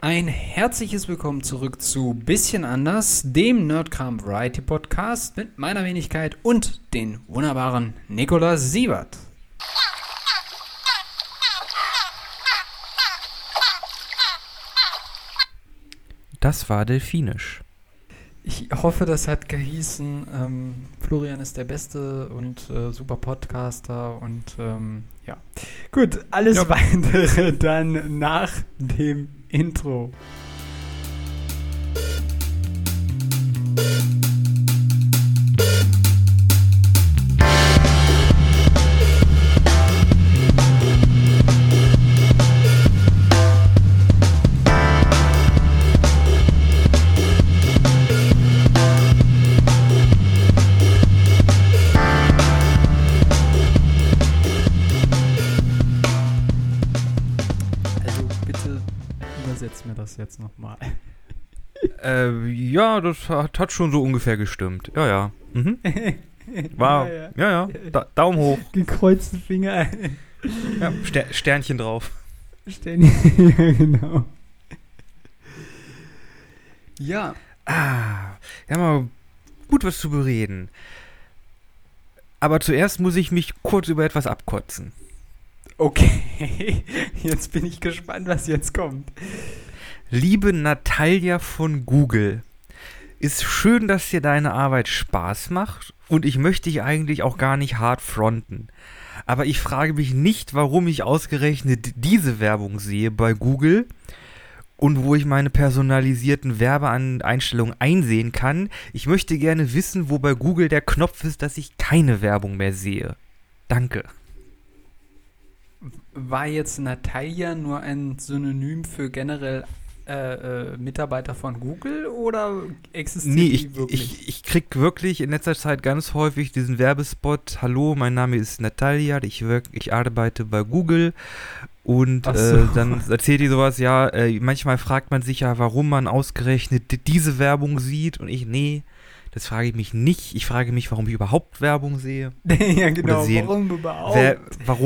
Ein herzliches Willkommen zurück zu Bisschen anders, dem Nerdkram Variety Podcast mit meiner Wenigkeit und den wunderbaren Nikolaus Siebert. Das war delfinisch. Ich hoffe, das hat gehießen, Florian ist der Beste und super Podcaster und ja. Gut, alles Weitere dann nach dem Intro. Übersetzt mir das jetzt nochmal. Ja, das hat schon so ungefähr gestimmt. Ja. Mhm. War, ja. Daumen hoch. Gekreuzte Finger. Ja, Sternchen drauf. Ja, genau. Ja. Ja, mal gut was zu bereden. Aber zuerst muss ich mich kurz über etwas abkotzen. Okay, jetzt bin ich gespannt, was jetzt kommt. Liebe Natalia von Google, ist schön, dass dir deine Arbeit Spaß macht und ich möchte dich eigentlich auch gar nicht hart fronten. Aber ich frage mich nicht, warum ich ausgerechnet diese Werbung sehe bei Google und wo ich meine personalisierten Werbeeinstellungen einsehen kann. Ich möchte gerne wissen, wo bei Google der Knopf ist, dass ich keine Werbung mehr sehe. Danke. War jetzt Natalia nur ein Synonym für generell Mitarbeiter von Google oder existiert die wirklich? Ich krieg wirklich in letzter Zeit ganz häufig diesen Werbespot: Hallo, mein Name ist Natalia, ich arbeite bei Google. Und dann erzählt die sowas, manchmal fragt man sich ja, warum man ausgerechnet diese Werbung sieht. Und das frage ich mich nicht. Ich frage mich, warum ich überhaupt Werbung sehe. Ja, genau. Warum überhaupt?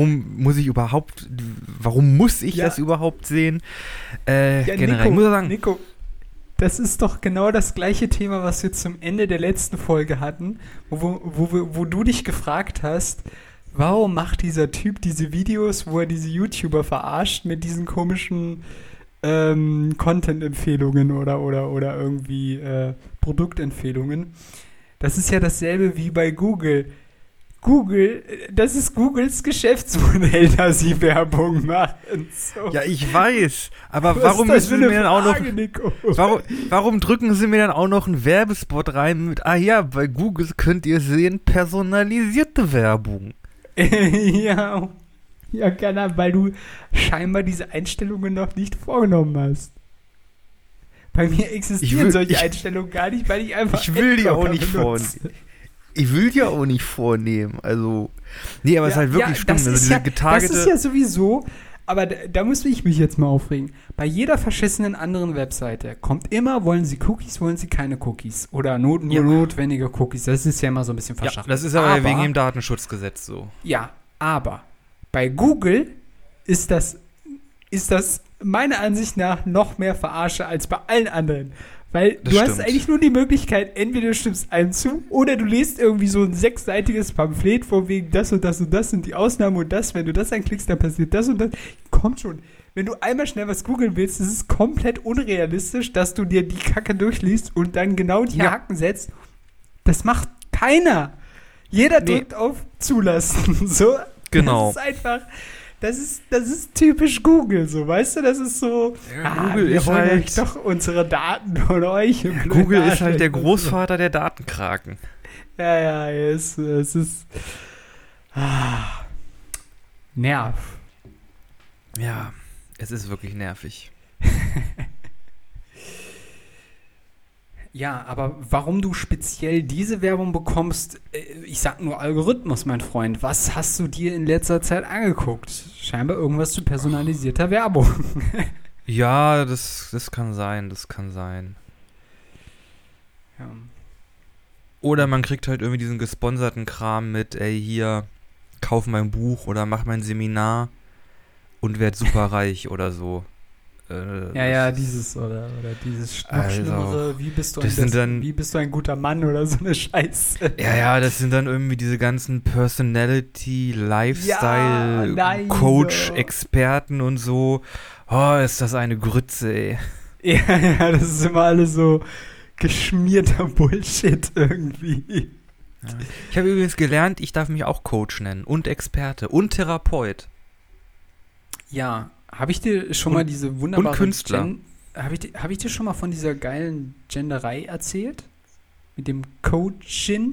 Warum muss ich das überhaupt sehen? Generell, ich muss sagen, Nico, das ist doch genau das gleiche Thema, was wir zum Ende der letzten Folge hatten, wo du dich gefragt hast, warum macht dieser Typ diese Videos, wo er diese YouTuber verarscht mit diesen komischen Content-Empfehlungen oder irgendwie Produktempfehlungen. Das ist ja dasselbe wie bei Google. Das ist Googles Geschäftsmodell, dass sie Werbung machen. So. Ja, ich weiß, aber warum müssen sie mir dann auch noch... Warum drücken sie mir dann auch noch einen Werbespot rein mit, bei Google könnt ihr sehen, personalisierte Werbung. Ja, gerne, weil du scheinbar diese Einstellungen noch nicht vorgenommen hast. Bei mir existieren solche Einstellungen gar nicht, weil ich einfach... Ich will die auch nicht vornehmen. Ich will die auch nicht vornehmen. Also, aber es ist halt wirklich stumm. Also diese das ist ja sowieso... Aber da muss ich mich jetzt mal aufregen. Bei jeder verschissenen anderen Webseite kommt immer, wollen sie Cookies, wollen sie keine Cookies. Oder nur notwendige Cookies. Das ist ja immer so ein bisschen verschachtelt. Ja, das ist aber wegen dem Datenschutzgesetz so. Ja, aber bei Google ist das meiner Ansicht nach noch mehr Verarsche als bei allen anderen. Weil du hast eigentlich nur die Möglichkeit, entweder du stimmst einem zu oder du liest irgendwie so ein 6-seitiges Pamphlet von wegen das und das und das sind die Ausnahmen und das, wenn du das anklickst, dann passiert das und das. Kommt schon. Wenn du einmal schnell was googeln willst, ist es komplett unrealistisch, dass du dir die Kacke durchliest und dann genau die Haken setzt. Das macht keiner. Jeder drückt auf Zulassen. So. Genau. Das ist einfach... Das ist typisch Google, so, weißt du? Das ist so, Google ist halt doch unsere Daten von euch. Google ist halt der Großvater der Datenkraken. Ja, es ist Nerv. Ja, es ist wirklich nervig. Ja, aber warum du speziell diese Werbung bekommst, ich sag nur Algorithmus, mein Freund. Was hast du dir in letzter Zeit angeguckt? Scheinbar irgendwas zu personalisierter Werbung. Ja, das kann sein, Ja. Oder man kriegt halt irgendwie diesen gesponserten Kram mit, hier, kauf mein Buch oder mach mein Seminar und werd super reich oder so. Ja, dieses oder dieses noch Also, Schlimmere, das sind dann, wie bist du ein guter Mann oder so eine Scheiße. ja, das sind dann irgendwie diese ganzen Personality, Ja, Lifestyle, nein. Coach-Experten und so. Oh, ist das eine Grütze, ey. Ja, das ist immer alles so geschmierter Bullshit irgendwie. Ja. Ich habe übrigens gelernt, ich darf mich auch Coach nennen und Experte und Therapeut. Ja, habe ich dir schon mal diese wunderbare und Künstler. Hab ich dir schon mal von dieser geilen Genderei erzählt? Mit dem Coachin?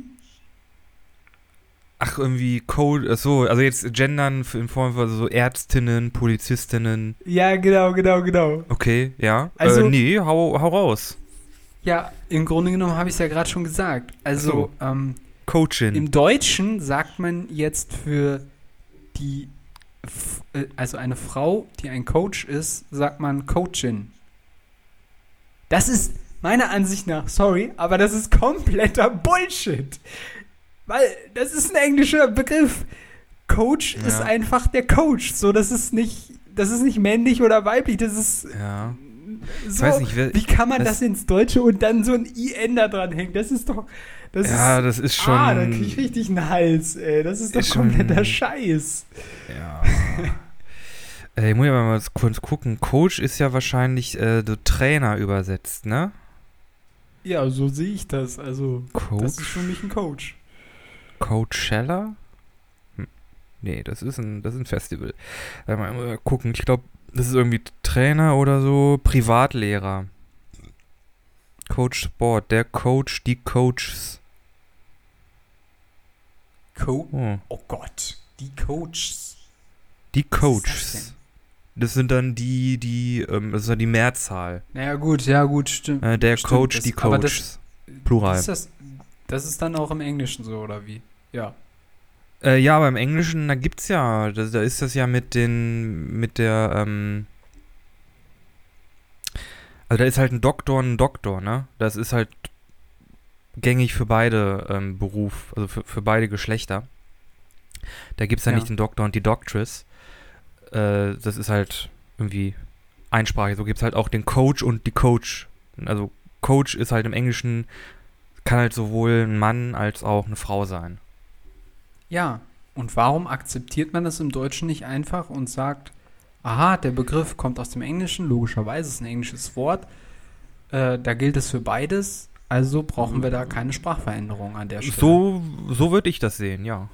Ach, irgendwie Code, so, also jetzt gendern in Form von so Ärztinnen, Polizistinnen. Ja, genau. Okay, ja. Also, Nee, hau raus. ja, im Grunde genommen habe ich es ja gerade schon gesagt. Also, Coachin. im Deutschen sagt man jetzt für die, also eine Frau, die ein Coach ist, sagt man Coachin. Das ist meiner Ansicht nach, sorry, aber das ist kompletter Bullshit. Weil das ist ein englischer Begriff. Coach ist einfach der Coach. So, das ist nicht männlich oder weiblich, das ist Ich so, weiß nicht, wie kann man das ins Deutsche und dann so ein IN da dran hängen? Das ist doch, das ist schon. da krieg ich richtig einen Hals, ey. Das ist doch kompletter Scheiß. Ja. Ich muss ja mal kurz gucken. Coach ist ja wahrscheinlich so Trainer übersetzt, ne? Ja, so sehe ich das. Also, Coach? das ist für mich ein Coach. Coachella? Nee, das ist ein Festival. Mal gucken, ich glaube, das ist irgendwie Trainer oder so, Privatlehrer. Coach Sport, der Coach, die Coaches. Oh Gott, die Coaches. Die Coaches. Das sind dann das ist dann die Mehrzahl. Naja, gut, stimmt. Der stimmt, Coach, die Coaches. Plural. Das ist dann auch im Englischen so, oder wie? Ja. Ja, aber im Englischen, da gibt's ja, da ist das ja also da ist halt ein Doktor, ne? Das ist halt gängig für beide also für beide Geschlechter. Da gibt's ja nicht den Doktor und die Doctress. Das ist halt irgendwie einsprachig. So gibt's halt auch den Coach und die Coach. Also Coach ist halt im Englischen, kann halt sowohl ein Mann als auch eine Frau sein. Ja, und warum akzeptiert man das im Deutschen nicht einfach und sagt, aha, der Begriff kommt aus dem Englischen, logischerweise ist ein englisches Wort, da gilt es für beides, also brauchen wir da keine Sprachveränderung an der Stelle. So würde ich das sehen, ja.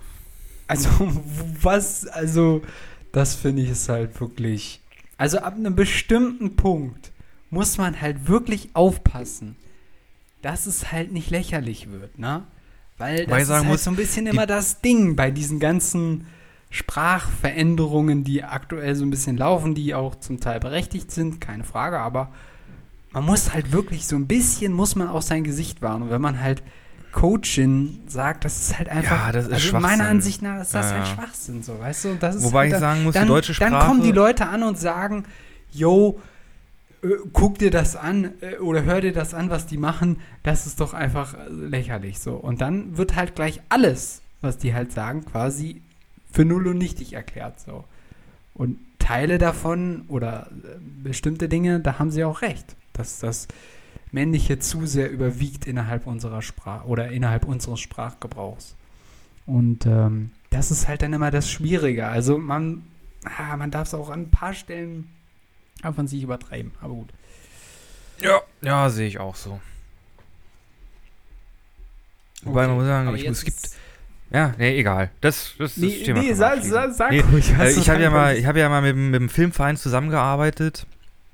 Also das finde ich ist halt wirklich, also ab einem bestimmten Punkt muss man halt wirklich aufpassen, dass es halt nicht lächerlich wird, ne? Weil das ist halt so ein bisschen immer das Ding bei diesen ganzen Sprachveränderungen, die aktuell so ein bisschen laufen, die auch zum Teil berechtigt sind, keine Frage, aber man muss halt wirklich so ein bisschen, muss man auch sein Gesicht wahren. Und wenn man halt Coachin sagt, das ist halt einfach, ja, das ist also meiner Ansicht nach ist das halt Schwachsinn, so, weißt du? Und das ist Wobei halt ich sagen muss, die deutsche Sprache... Dann kommen die Leute an und sagen, yo, guck dir das an oder hör dir das an, was die machen, das ist doch einfach lächerlich so. Und dann wird halt gleich alles, was die halt sagen, quasi für null und nichtig erklärt so. Und Teile davon oder bestimmte Dinge, da haben sie auch recht, dass das Männliche zu sehr überwiegt innerhalb unserer Sprache oder innerhalb unseres Sprachgebrauchs. Und das ist halt dann immer das Schwierige. Also man darf es auch an ein paar Stellen von sich übertreiben, aber gut. Ja, sehe ich auch so. Wobei man muss sagen, es gibt... Ja, nee, egal. Das Thema. Nee, sag ruhig. Ich habe ja mal mit dem Filmverein zusammengearbeitet.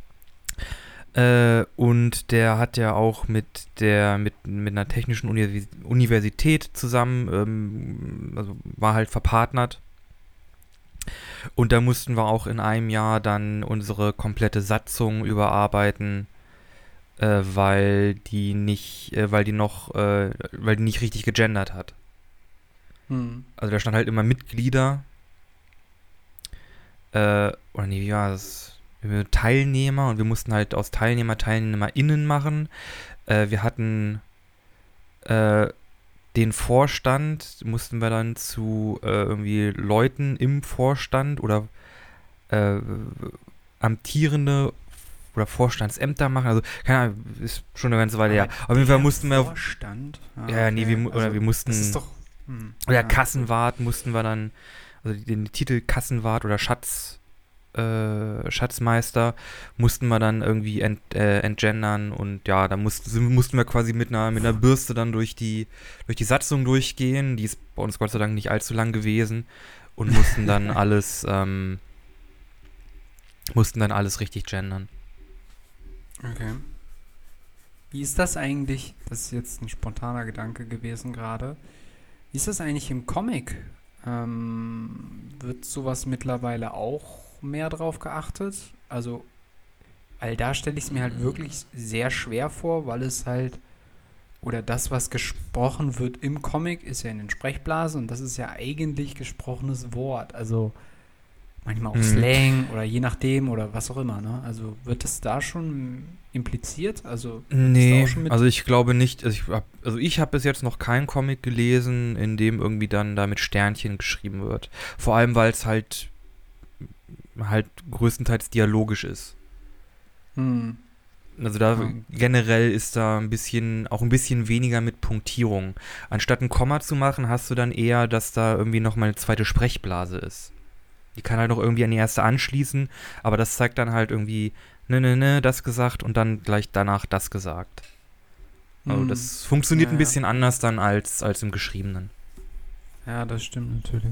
Und der hat ja auch mit einer technischen Universität zusammen, also war halt verpartnert. Und da mussten wir auch in einem Jahr dann unsere komplette Satzung überarbeiten, weil die nicht richtig gegendert hat. Also da stand halt immer Mitglieder, oder nee, wie war das? Teilnehmer, und wir mussten halt aus TeilnehmerInnen machen. Wir hatten den Vorstand, mussten wir dann zu irgendwie Leuten im Vorstand oder amtierende oder Vorstandsämter machen. Also, keine Ahnung, ist schon eine ganze Weile her. Auf jeden Fall mussten wir. Vorstand? Wir mussten. Das ist doch. Kassenwart mussten wir dann, also den Titel Kassenwart oder Schatzmeister mussten wir dann irgendwie entgendern und ja, da mussten wir quasi mit einer Bürste dann durch die Satzung durchgehen. Die ist bei uns Gott sei Dank nicht allzu lang gewesen und mussten dann alles richtig gendern. Okay. Wie ist das eigentlich? Das ist jetzt ein spontaner Gedanke gewesen gerade. Wie ist das eigentlich im Comic? Wird sowas mittlerweile auch mehr drauf geachtet? Also, weil da stelle ich es mir halt wirklich sehr schwer vor, weil es halt, oder das, was gesprochen wird im Comic, ist ja in den Sprechblasen und das ist ja eigentlich gesprochenes Wort. Also, manchmal auch Slang oder je nachdem oder was auch immer, ne? Also, wird es da schon impliziert? Also, nee, also ich glaube nicht. Ich habe bis jetzt noch keinen Comic gelesen, in dem irgendwie dann da mit Sternchen geschrieben wird. Vor allem, weil es halt größtenteils dialogisch ist. Also da generell ist da ein bisschen weniger mit Punktierung. Anstatt ein Komma zu machen, hast du dann eher, dass da irgendwie nochmal eine zweite Sprechblase ist. Die kann halt noch irgendwie an die erste anschließen, aber das zeigt dann halt irgendwie das gesagt und dann gleich danach das gesagt. Also das funktioniert ein bisschen anders dann als im Geschriebenen. Ja, das stimmt natürlich.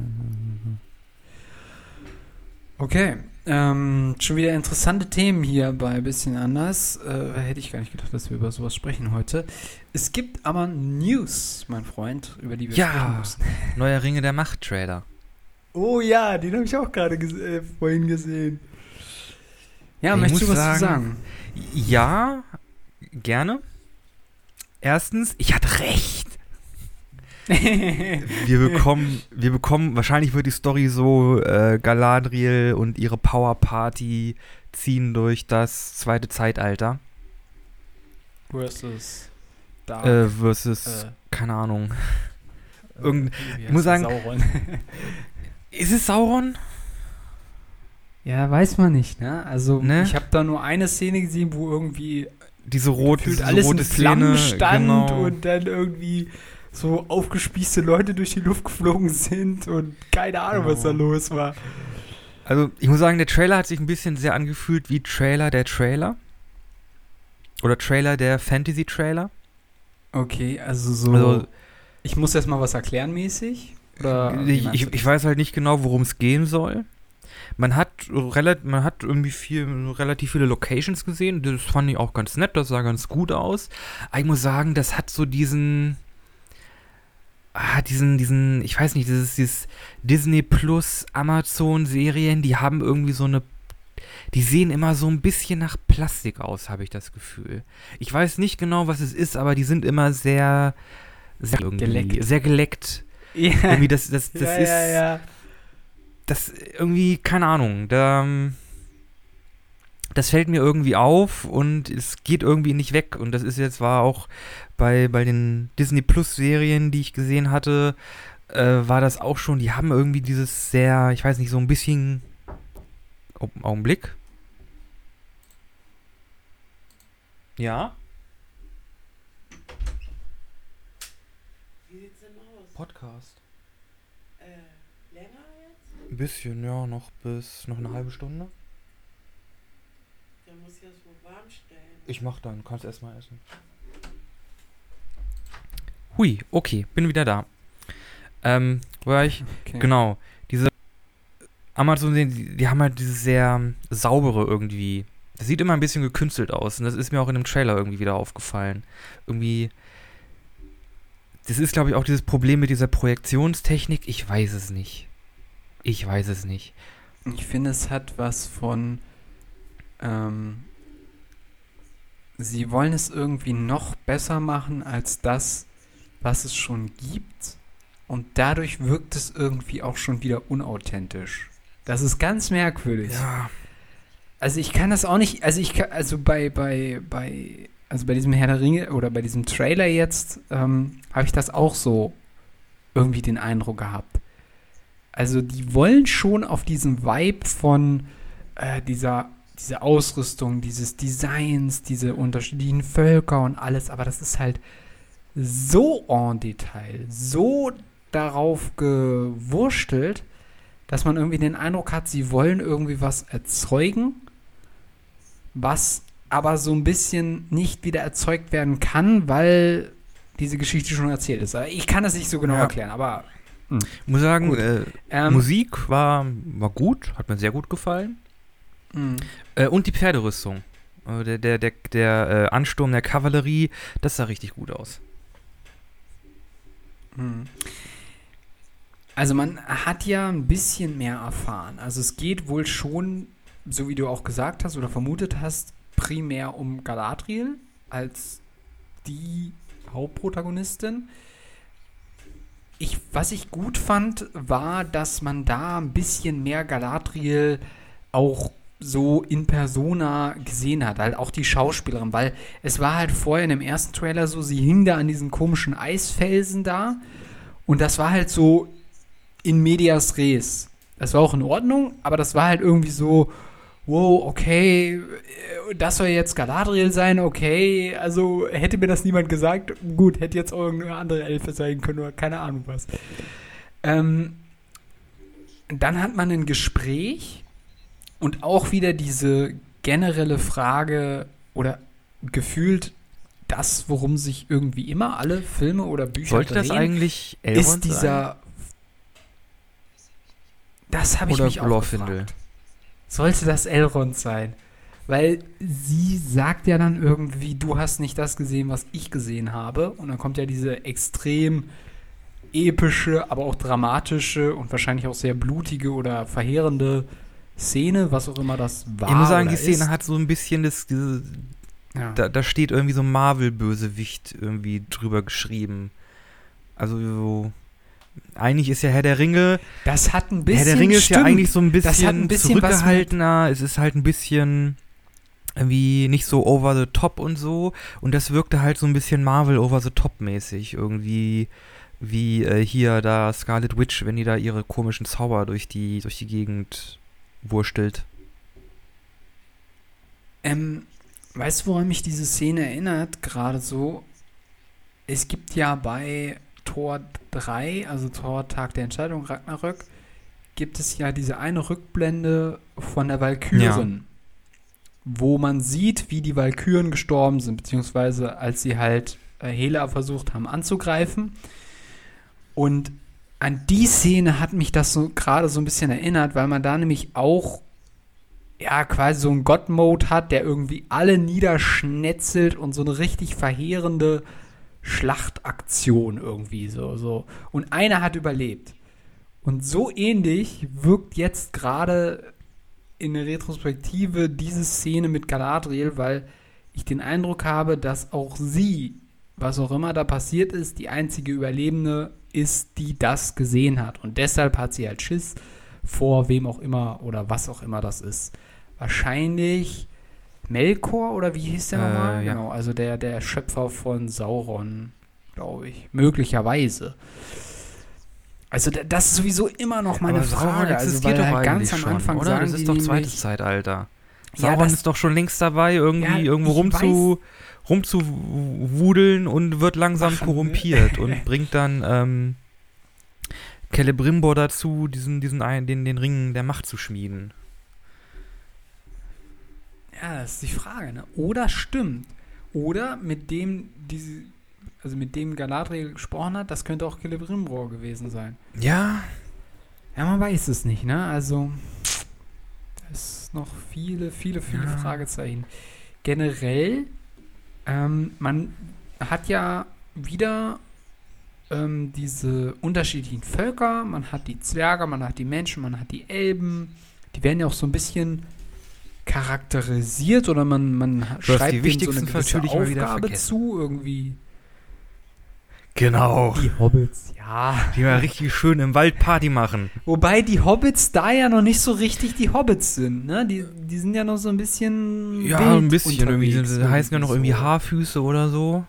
Okay, schon wieder interessante Themen hier bei Bisschen anders. Hätte ich gar nicht gedacht, dass wir über sowas sprechen heute. Es gibt aber News, mein Freund, über die wir sprechen müssen. Neuer Ringe der Macht-Trailer. Oh ja, den habe ich auch gerade vorhin gesehen. Ja, möchtest du was zu sagen? Ja, gerne. Erstens, ich hatte recht. Wir bekommen, wahrscheinlich wird die Story so, Galadriel und ihre Power Party ziehen durch das zweite Zeitalter. Versus Dark. Keine Ahnung. Ich muss sagen, Sauron. Ist es Sauron? Ja, weiß man nicht, ne? Also, ich habe da nur eine Szene gesehen, wo irgendwie diese rote Flammen Szene stand und dann irgendwie so aufgespießte Leute durch die Luft geflogen sind und keine Ahnung, was da los war. Also, ich muss sagen, der Trailer hat sich ein bisschen sehr angefühlt wie Trailer der Trailer. Oder Trailer der Fantasy-Trailer. Okay, also ich muss erst mal was erklären mäßig? Oder ich weiß halt nicht genau, worum es gehen soll. Man hat irgendwie relativ viele Locations gesehen. Das fand ich auch ganz nett. Das sah ganz gut aus. Aber ich muss sagen, das hat so diesen, ich weiß nicht, dieses Disney Plus Amazon Serien, die haben irgendwie die sehen immer so ein bisschen nach Plastik aus, habe ich das Gefühl. Ich weiß nicht genau, was es ist, aber die sind immer sehr geleckt. Ja. Irgendwie das Ja. Das irgendwie, keine Ahnung, das fällt mir irgendwie auf und es geht irgendwie nicht weg. Und das war auch bei den Disney Plus Serien, die ich gesehen hatte, war das auch schon, die haben irgendwie dieses sehr, ich weiß nicht, so ein bisschen Augenblick. Ja? Wie sieht's denn aus? Podcast. Länger jetzt? Ein bisschen, ja, noch eine halbe Stunde. Dann muss ich das wohl warm stellen. Ich mach dann, kannst erstmal essen. Hui, okay, bin wieder da. Wo war ich? Okay. Genau, diese Amazon, die haben halt dieses sehr saubere irgendwie. Das sieht immer ein bisschen gekünstelt aus und das ist mir auch in dem Trailer irgendwie wieder aufgefallen. Irgendwie, das ist, glaube ich, auch dieses Problem mit dieser Projektionstechnik. Ich weiß es nicht. Ich finde, es hat was von, sie wollen es irgendwie noch besser machen als das, was es schon gibt. Und dadurch wirkt es irgendwie auch schon wieder unauthentisch. Das ist ganz merkwürdig. Ja. Also ich kann das auch nicht, bei diesem Herr der Ringe oder bei diesem Trailer jetzt, habe ich das auch so irgendwie den Eindruck gehabt. Also die wollen schon auf diesen Vibe von dieser diese Ausrüstung, dieses Designs, diese unterschiedlichen Völker und alles, aber das ist halt so en Detail, so darauf gewurstelt, dass man irgendwie den Eindruck hat, sie wollen irgendwie was erzeugen, was aber so ein bisschen nicht wieder erzeugt werden kann, weil diese Geschichte schon erzählt ist. Ich kann das nicht so genau erklären, aber ich muss sagen, Musik war gut, hat mir sehr gut gefallen. Und die Pferderüstung. Der Ansturm der Kavallerie, das sah richtig gut aus. Also man hat ja ein bisschen mehr erfahren. Also es geht wohl schon, so wie du auch gesagt hast oder vermutet hast, primär um Galadriel als die Hauptprotagonistin. Was ich gut fand, war, dass man da ein bisschen mehr Galadriel auch so in Persona gesehen hat, halt auch die Schauspielerin, weil es war halt vorher in dem ersten Trailer so, sie hing da an diesen komischen Eisfelsen da und das war halt so in medias res. Das war auch in Ordnung, aber das war halt irgendwie so, wow, okay, das soll jetzt Galadriel sein, okay, also hätte mir das niemand gesagt, gut, hätte jetzt auch irgendeine andere Elfe sein können oder keine Ahnung was. Dann hat man ein Gespräch und auch wieder diese generelle Frage oder gefühlt das, worum sich irgendwie immer alle Filme oder Bücher Sollte drehen, das eigentlich Elrond ist dieser sein? Das habe ich Oder mich auch Glorfindel? gefragt. Sollte das Elrond sein? Weil sie sagt ja dann irgendwie, du hast nicht das gesehen, was ich gesehen habe. Und dann kommt ja diese extrem epische, aber auch dramatische und wahrscheinlich auch sehr blutige oder verheerende Szene, was auch immer das war. Ich muss sagen, oder die Szene ist. hat so ein bisschen Ja. da steht irgendwie so Marvel-Bösewicht irgendwie drüber geschrieben. Also so, eigentlich ist ja Herr der Ringe. Das hat ein bisschen. Herr der Ringe ist ja eigentlich so ein Das hat ein bisschen bisschen was zurückgehaltener. Es ist halt ein bisschen irgendwie nicht so over the top und so. Und das wirkte halt so ein bisschen Marvel over the top mäßig. Irgendwie wie hier da Scarlet Witch, wenn die da ihre komischen Zauber durch die Gegend wurstelt. Weißt du, woran mich diese Szene erinnert? Gerade so. Es gibt ja bei Tor 3, also Tor Tag der Entscheidung, Ragnarök, gibt es ja diese eine Rückblende von der Walküren, wo man sieht, wie die Walküren gestorben sind, beziehungsweise als sie halt Hela versucht haben anzugreifen. Und an die Szene hat mich das so gerade so ein bisschen erinnert, weil man da nämlich auch ja quasi so einen God-Mode hat, der irgendwie alle niederschnetzelt und so eine richtig verheerende Schlachtaktion irgendwie so. Und einer hat überlebt. Und so ähnlich wirkt jetzt gerade in der Retrospektive diese Szene mit Galadriel, weil ich den Eindruck habe, dass auch sie, was auch immer da passiert ist, die einzige Überlebende ist, die das gesehen hat. Und deshalb hat sie halt Schiss vor wem auch immer oder was auch immer das ist. Wahrscheinlich Melkor oder wie hieß der nochmal? Ja. Genau, also der Schöpfer von Sauron, glaube ich. Möglicherweise. Also das ist sowieso immer noch meine Aber Sauron Frage. existiert weil doch halt eigentlich ganz am Anfang schon, oder? sagen Das die ist doch zweites nämlich- Zeitalter. Ja, Sauron das- ist doch schon längst dabei, irgendwie Ja, irgendwo ich rumzuwudeln und wird langsam Machen, korrumpiert ne? und bringt dann Celebrimbor dazu, den Ring der Macht zu schmieden. Ja, das ist die Frage, ne? Oder stimmt. Oder mit dem Galadriel gesprochen hat, das könnte auch Celebrimbor gewesen sein. Ja, Ja, man weiß es nicht, ne? Also, da ist noch viele Ja. Fragezeichen. Generell, man hat ja wieder diese unterschiedlichen Völker, man hat die Zwerge, man hat die Menschen, man hat die Elben, die werden ja auch so ein bisschen charakterisiert oder man hast schreibt die denen so wichtigsten eine gewisse natürlich mal wieder Aufgabe vergessen. zu, irgendwie. genau. Die Hobbits, ja. Die mal richtig schön im Wald Party machen. Wobei die Hobbits da ja noch nicht so richtig die Hobbits sind, ne? Die sind ja noch so ein bisschen Ja, wild ein bisschen. Irgendwie, unterwegs, die heißen ja noch irgendwie so. Haarfüße oder so.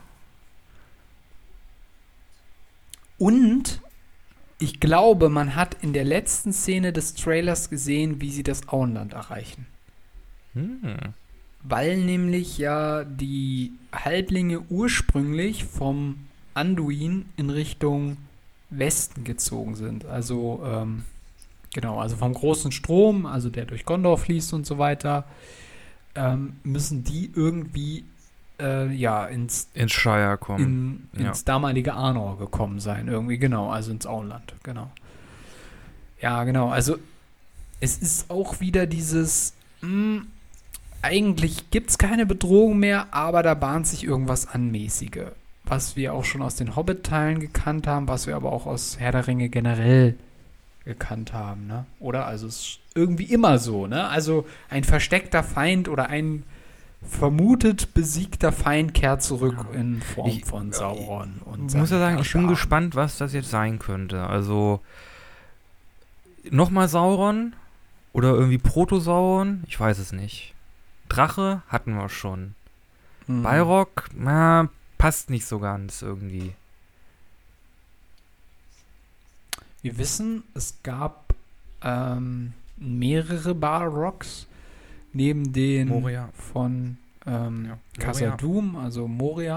Und ich glaube, man hat in der letzten Szene des Trailers gesehen, wie sie das Auenland erreichen. Weil nämlich ja die Halblinge ursprünglich vom Anduin in Richtung Westen gezogen sind. Also, genau, also vom großen Strom, also der durch Gondor fließt und so weiter, müssen die irgendwie ins Shire kommen. Ins damalige Arnor gekommen sein. Irgendwie, genau, also ins Auenland, genau. Ja, genau, also es ist auch wieder dieses, eigentlich gibt es keine Bedrohung mehr, aber da bahnt sich irgendwas an mäßige. Was wir auch schon aus den Hobbit-Teilen gekannt haben, was wir aber auch aus Herr der Ringe generell gekannt haben, ne? Oder? Also es ist irgendwie immer so, ne? Also ein versteckter Feind oder ein vermutet besiegter Feind kehrt zurück in Form von Sauron. Ich muss ja sagen, ich bin gespannt, was das jetzt sein könnte. Also nochmal Sauron oder irgendwie Proto-Sauron, ich weiß es nicht. Drache hatten wir schon. Balrog, passt nicht so ganz irgendwie. Wir wissen, es gab mehrere Balrogs neben den Moria. von Khazad-dûm, also Moria.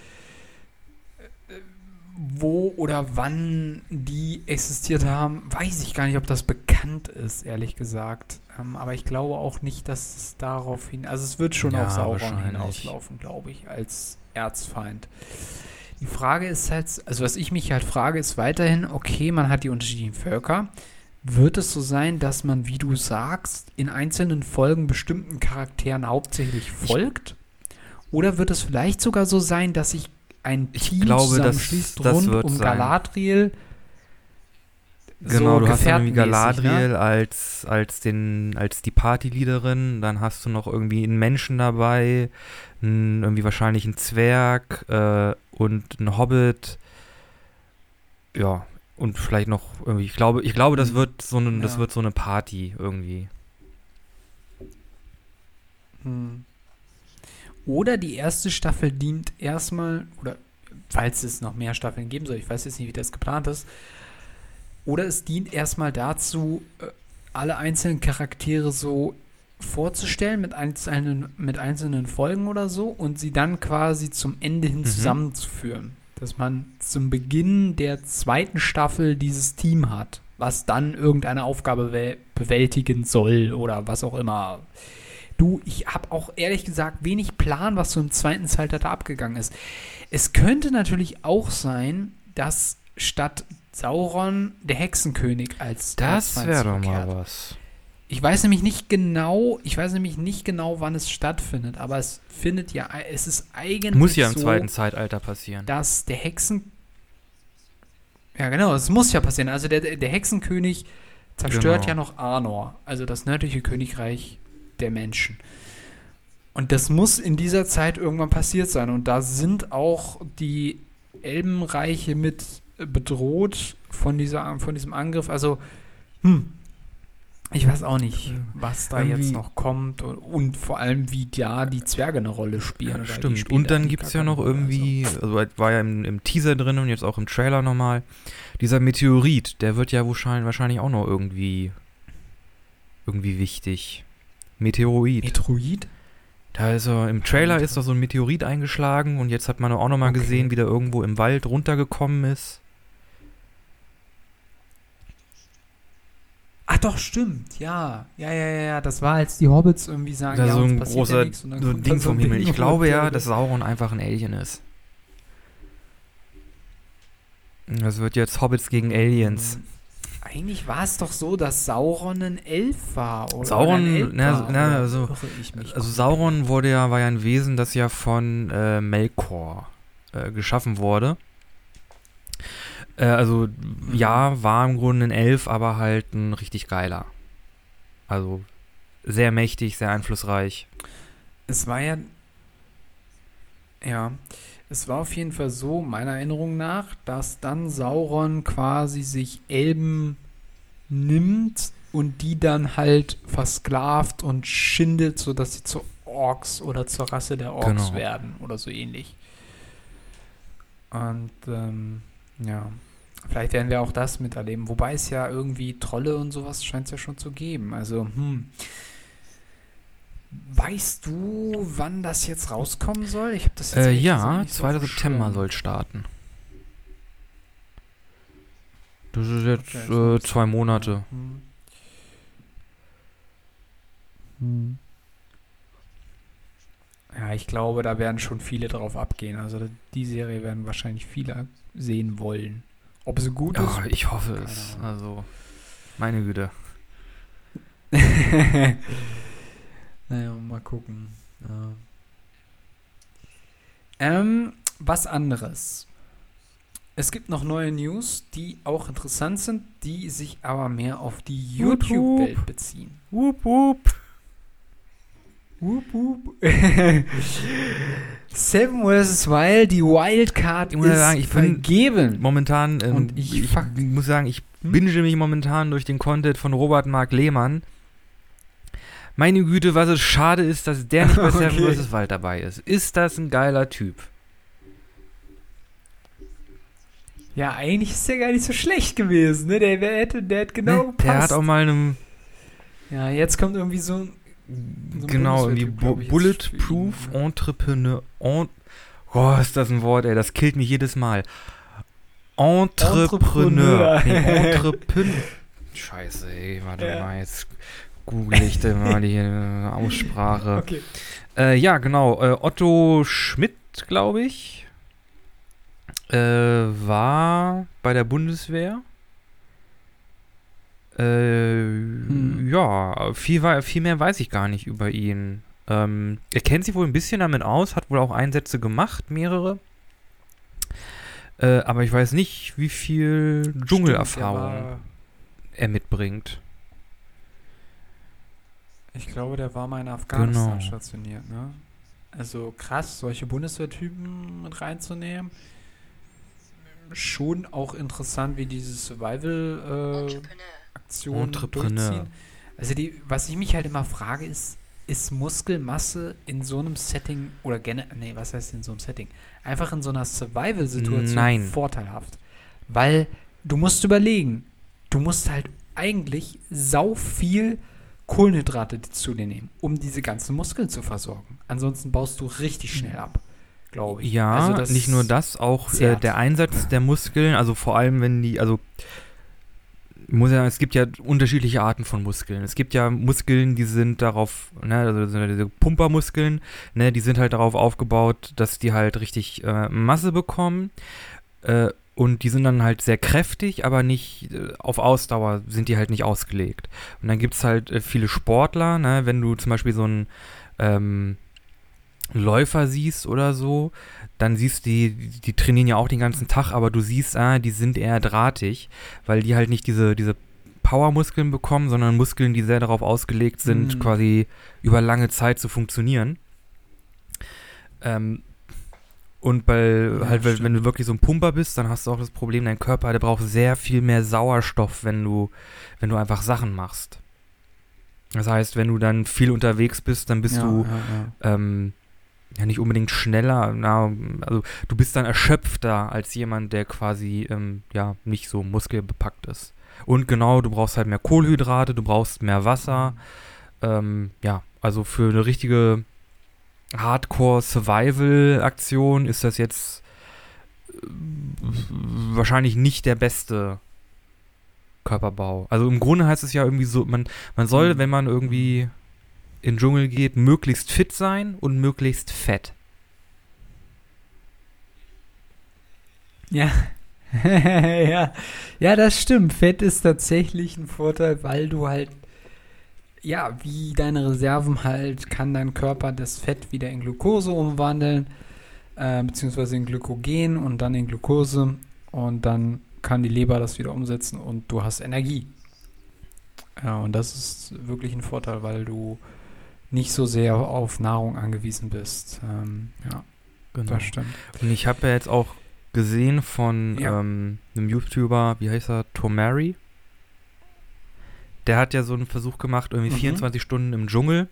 Wo oder wann die existiert haben, weiß ich gar nicht, ob das bekannt ist, ehrlich gesagt. Aber ich glaube auch nicht, dass es darauf hin... Also es wird schon auf Sauron hinauslaufen, glaube ich, als Erzfeind. Die Frage ist halt, also was ich mich halt frage, ist weiterhin, okay, man hat die unterschiedlichen Völker. Wird es so sein, dass man, wie du sagst, in einzelnen Folgen bestimmten Charakteren hauptsächlich folgt? Oder wird es vielleicht sogar so sein, dass sich ein Team zusammenschließt rund um Galadriel? Genau, so du hast dann irgendwie Gefährtenmäßig, Galadriel ne? als die Partyleaderin, dann hast du noch irgendwie einen Menschen dabei, irgendwie wahrscheinlich einen Zwerg und einen Hobbit. Ja, und vielleicht noch irgendwie, ich glaube, das wird so eine Party irgendwie. Oder die erste Staffel dient erstmal, oder falls es noch mehr Staffeln geben soll, ich weiß jetzt nicht, wie das geplant ist, oder es dient erstmal dazu, alle einzelnen Charaktere so vorzustellen mit einzelnen Folgen oder so und sie dann quasi zum Ende hin zusammenzuführen. Dass man zum Beginn der zweiten Staffel dieses Team hat, was dann irgendeine Aufgabe bewältigen soll oder was auch immer. Du, ich habe auch ehrlich gesagt wenig Plan, was so im zweiten Zeitalter abgegangen ist. Es könnte natürlich auch sein, dass statt Sauron der Hexenkönig als Das wäre doch mal was. Ich weiß nämlich nicht genau, wann es stattfindet, aber es ist eigentlich Muss ja im so, zweiten Zeitalter passieren. dass der ja genau, es muss ja passieren. Also der Hexenkönig zerstört ja noch Arnor, also das nördliche Königreich der Menschen. Und das muss in dieser Zeit irgendwann passiert sein. Und da sind auch die Elbenreiche mit bedroht von diesem Angriff. Also, ich weiß auch nicht, was da jetzt noch kommt und vor allem, wie da die Zwerge eine Rolle spielen. Ja, stimmt. Und dann gibt es ja noch irgendwie, also war ja im Teaser drin und jetzt auch im Trailer nochmal, dieser Meteorit, der wird ja wahrscheinlich auch noch irgendwie wichtig. Meteoroid? Da ist im Trailer ist da so ein Meteorit eingeschlagen und jetzt hat man auch nochmal gesehen, wie der irgendwo im Wald runtergekommen ist. Ach doch, stimmt, ja. Ja, das war, als die Hobbits irgendwie sagen, da ja, so ein uns großer ja nichts, und dann so ein kommt Ding da so vom ein Himmel. Ding Ich glaube ja, runter. dass Sauron einfach ein Alien ist. Das wird jetzt Hobbits gegen Aliens. Eigentlich war es doch so, dass Sauron ein Elf war, oder? Sauron, also Sauron war ja ein Wesen, das ja von Melkor geschaffen wurde. War im Grunde ein Elf, aber halt ein richtig geiler. Also sehr mächtig, sehr einflussreich. Es war es war auf jeden Fall so, meiner Erinnerung nach, dass dann Sauron quasi sich Elben nimmt und die dann halt versklavt und schindet, sodass sie zu Orks oder zur Rasse der Orks werden oder so ähnlich. Und vielleicht werden wir auch das miterleben. Wobei es ja irgendwie Trolle und sowas scheint es ja schon zu geben. Also, Weißt du, wann das jetzt rauskommen soll? Ich habe das jetzt ehrlich gesagt Ja, nicht so 2. auf dem September Schirm. soll starten. Das ist jetzt Okay, 2 Monate. Ja, ich glaube, da werden schon viele drauf abgehen. Also die Serie werden wahrscheinlich viele sehen wollen. Ob sie gut ist? Ja, ich hoffe Keine es. Ahnung. Also, meine Güte. Naja, mal gucken. Ja. Was anderes. Es gibt noch neue News, die auch interessant sind, die sich aber mehr auf die Wup, YouTube-Welt beziehen. Wup, wup. Wup, wup. Seven vs. Wild, die Wildcard Ich muss ist sagen, ich bin vergeben. Momentan, Und ich muss sagen, ich Hm? binge mich momentan durch den Content von Robert Mark Lehmann. Meine Güte, was es schade ist, dass der nicht bei Seven Okay. vs. Wild dabei ist. Ist das ein geiler Typ? Ja, eigentlich ist der gar nicht so schlecht gewesen, ne? Der hat genau Ne? gepasst. Der hat auch mal einen, Ja, jetzt kommt irgendwie so ein genau, irgendwie Bundeswehrtyp, glaub ich, jetzt Bulletproof für ihn, ne? Entrepreneur. Oh, ist das ein Wort, ey, das killt mich jedes Mal. Entrepreneur. Entrepreneur. Nee, Entrepreneur. Scheiße, ey, warte Ja. mal, jetzt google ich da mal die Aussprache. Okay. Ja, genau. Otto Schmidt, glaube ich, war bei der Bundeswehr. Ja, viel mehr weiß ich gar nicht über ihn. Er kennt sich wohl ein bisschen damit aus, hat wohl auch Einsätze gemacht, mehrere. Aber ich weiß nicht, wie viel Dschungelerfahrung er mitbringt. Ich glaube, der war mal in Afghanistan Genau. stationiert, ne? Also krass, solche Bundeswehrtypen mit reinzunehmen. Schon auch interessant, wie diese Survival-Aktionen Entrepreneur. durchziehen. Also was ich mich halt immer frage, ist Muskelmasse in so einem Setting oder was heißt in so einem Setting? Einfach in so einer Survival-Situation Nein. vorteilhaft. Weil du musst überlegen, du musst halt eigentlich sau viel Kohlenhydrate zu dir nehmen, um diese ganzen Muskeln zu versorgen. Ansonsten baust du richtig schnell ab, glaube ich. Ja, Also das nicht nur das, auch zehrt. der Einsatz der Muskeln, also vor allem wenn ich muss ja sagen, es gibt ja unterschiedliche Arten von Muskeln. Es gibt ja Muskeln, die sind darauf, ne, also das sind ja diese Pumpermuskeln, ne, die sind halt darauf aufgebaut, dass die halt richtig Masse bekommen. Und die sind dann halt sehr kräftig, aber nicht auf Ausdauer sind die halt nicht ausgelegt. Und dann gibt es halt viele Sportler, ne, wenn du zum Beispiel so einen Läufer siehst oder so, dann siehst du, die trainieren ja auch den ganzen Tag, aber du siehst, die sind eher drahtig, weil die halt nicht diese Powermuskeln bekommen, sondern Muskeln, die sehr darauf ausgelegt sind, quasi über lange Zeit zu funktionieren. Und wenn du wirklich so ein Pumper bist, dann hast du auch das Problem, dein Körper, der braucht sehr viel mehr Sauerstoff, wenn du einfach Sachen machst. Das heißt, wenn du dann viel unterwegs bist, dann bist du ja nicht unbedingt schneller, also du bist dann erschöpfter als jemand, der quasi nicht so muskelbepackt ist. Und genau, du brauchst halt mehr Kohlenhydrate, du brauchst mehr Wasser. Also für eine richtige Hardcore-Survival-Aktion ist das jetzt wahrscheinlich nicht der beste Körperbau. Also im Grunde heißt es ja irgendwie so, man soll, wenn man irgendwie in den Dschungel geht, möglichst fit sein und möglichst fett. Ja. Ja, das stimmt. Fett ist tatsächlich ein Vorteil, weil du halt, ja, wie deine Reserven halt, kann dein Körper das Fett wieder in Glucose umwandeln, beziehungsweise in Glykogen und dann in Glucose und dann kann die Leber das wieder umsetzen und du hast Energie. Ja, und das ist wirklich ein Vorteil, weil du nicht so sehr auf Nahrung angewiesen bist. Ja, Genau. das stimmt. Und ich habe ja jetzt auch gesehen von Ja. einem YouTuber, wie heißt er, Tomari. Der hat ja so einen Versuch gemacht, irgendwie 24 Stunden im Dschungel.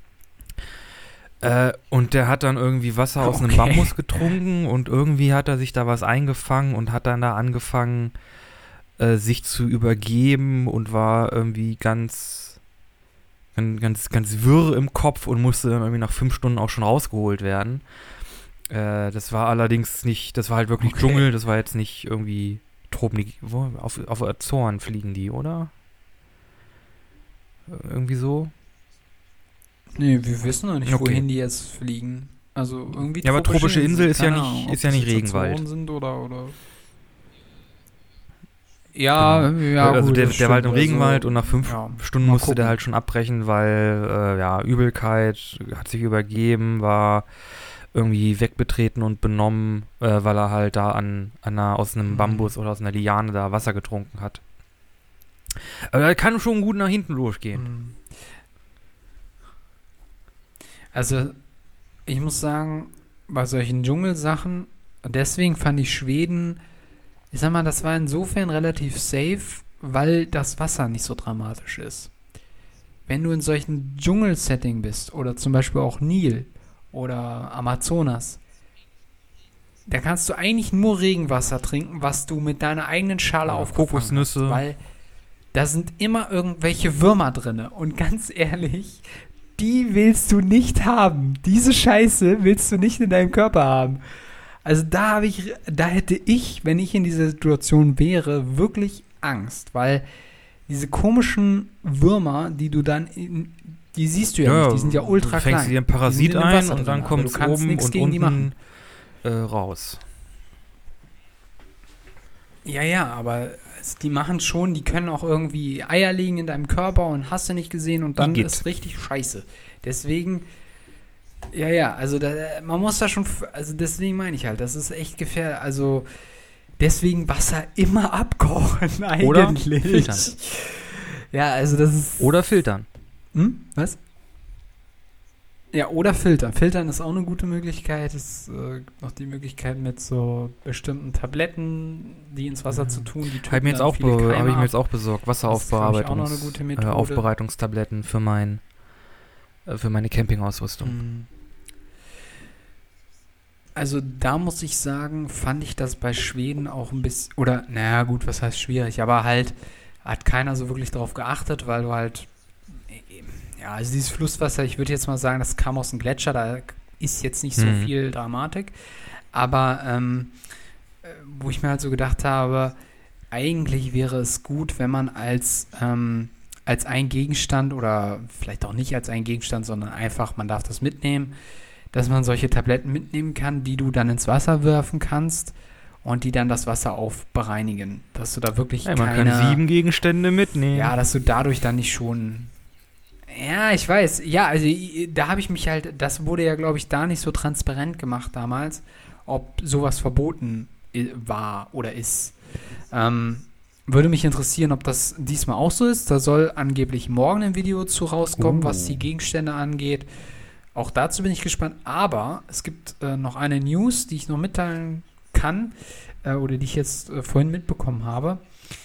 Und der hat dann irgendwie Wasser aus einem Okay. Bambus getrunken und irgendwie hat er sich da was eingefangen und hat dann da angefangen, sich zu übergeben und war irgendwie ganz ganz wirr im Kopf und musste dann irgendwie nach 5 Stunden auch schon rausgeholt werden. Das war allerdings nicht, das war halt wirklich Dschungel, das war jetzt nicht irgendwie Tropen, auf Azoren fliegen die, oder? Irgendwie so? Nee, wir wissen noch nicht, wohin die jetzt fliegen. Also irgendwie ja, aber tropische Insel ist ja nicht Regenwald. Sind oder Ja, genau. ja, also gut, der war halt im Regenwald also, und nach 5 Stunden musste der halt schon abbrechen, weil Übelkeit, hat sich übergeben, war irgendwie wegbetreten und benommen, weil er halt da aus einem Bambus oder aus einer Liane da Wasser getrunken hat. Aber er kann schon gut nach hinten losgehen. Also, ich muss sagen, bei solchen Dschungelsachen, deswegen fand ich Schweden, ich sag mal, das war insofern relativ safe, weil das Wasser nicht so dramatisch ist. Wenn du in solchen Dschungelsetting bist, oder zum Beispiel auch Nil oder Amazonas, da kannst du eigentlich nur Regenwasser trinken, was du mit deiner eigenen Schale aufgefangen Kokosnüsse. hast, weil da sind immer irgendwelche Würmer drin. Und ganz ehrlich, die willst du nicht haben. Diese Scheiße willst du nicht in deinem Körper haben. Also da hätte ich, wenn ich in dieser Situation wäre, wirklich Angst, weil diese komischen Würmer, die du dann, die siehst du ja nicht, die sind ja ultra klein. Du fängst dir einen Parasit ein und dann kommt es oben und unten raus. Ja, aber die machen schon, die können auch irgendwie Eier legen in deinem Körper und hast du nicht gesehen und dann ist richtig scheiße. Deswegen, also man muss da schon, also deswegen meine ich halt, das ist echt gefährlich, also deswegen Wasser immer abkochen eigentlich. Oder filtern. Ja, also das ist... Oder filtern. Was? Ja, oder filtern. Filtern ist auch eine gute Möglichkeit. Es gibt noch die Möglichkeit mit so bestimmten Tabletten, die ins Wasser zu tun. Die habe ich mir jetzt auch besorgt. Wasseraufbereitung. Das ist auch noch eine gute Methode. Aufbereitungstabletten für meine Campingausrüstung. Also da muss ich sagen, fand ich das bei Schweden auch ein bisschen, oder naja gut, was heißt schwierig, aber halt hat keiner so wirklich drauf geachtet, weil du halt, ja, also dieses Flusswasser, ich würde jetzt mal sagen, das kam aus dem Gletscher, da ist jetzt nicht so viel Dramatik, aber wo ich mir halt so gedacht habe, eigentlich wäre es gut, wenn man als ein Gegenstand oder vielleicht auch nicht als ein Gegenstand, sondern einfach, man darf das mitnehmen, dass man solche Tabletten mitnehmen kann, die du dann ins Wasser werfen kannst und die dann das Wasser aufbereinigen. Dass du da wirklich man kann 7 Gegenstände mitnehmen. Ja, dass du dadurch dann nicht schon... Ja, ich weiß. Ja, also da habe ich mich halt... Das wurde ja, glaube ich, da nicht so transparent gemacht damals, ob sowas verboten war oder ist. Würde mich interessieren, ob das diesmal auch so ist. Da soll angeblich morgen ein Video zu rauskommen, was die Gegenstände angeht. Auch dazu bin ich gespannt. Aber es gibt noch eine News, die ich noch mitteilen kann oder die ich jetzt vorhin mitbekommen habe.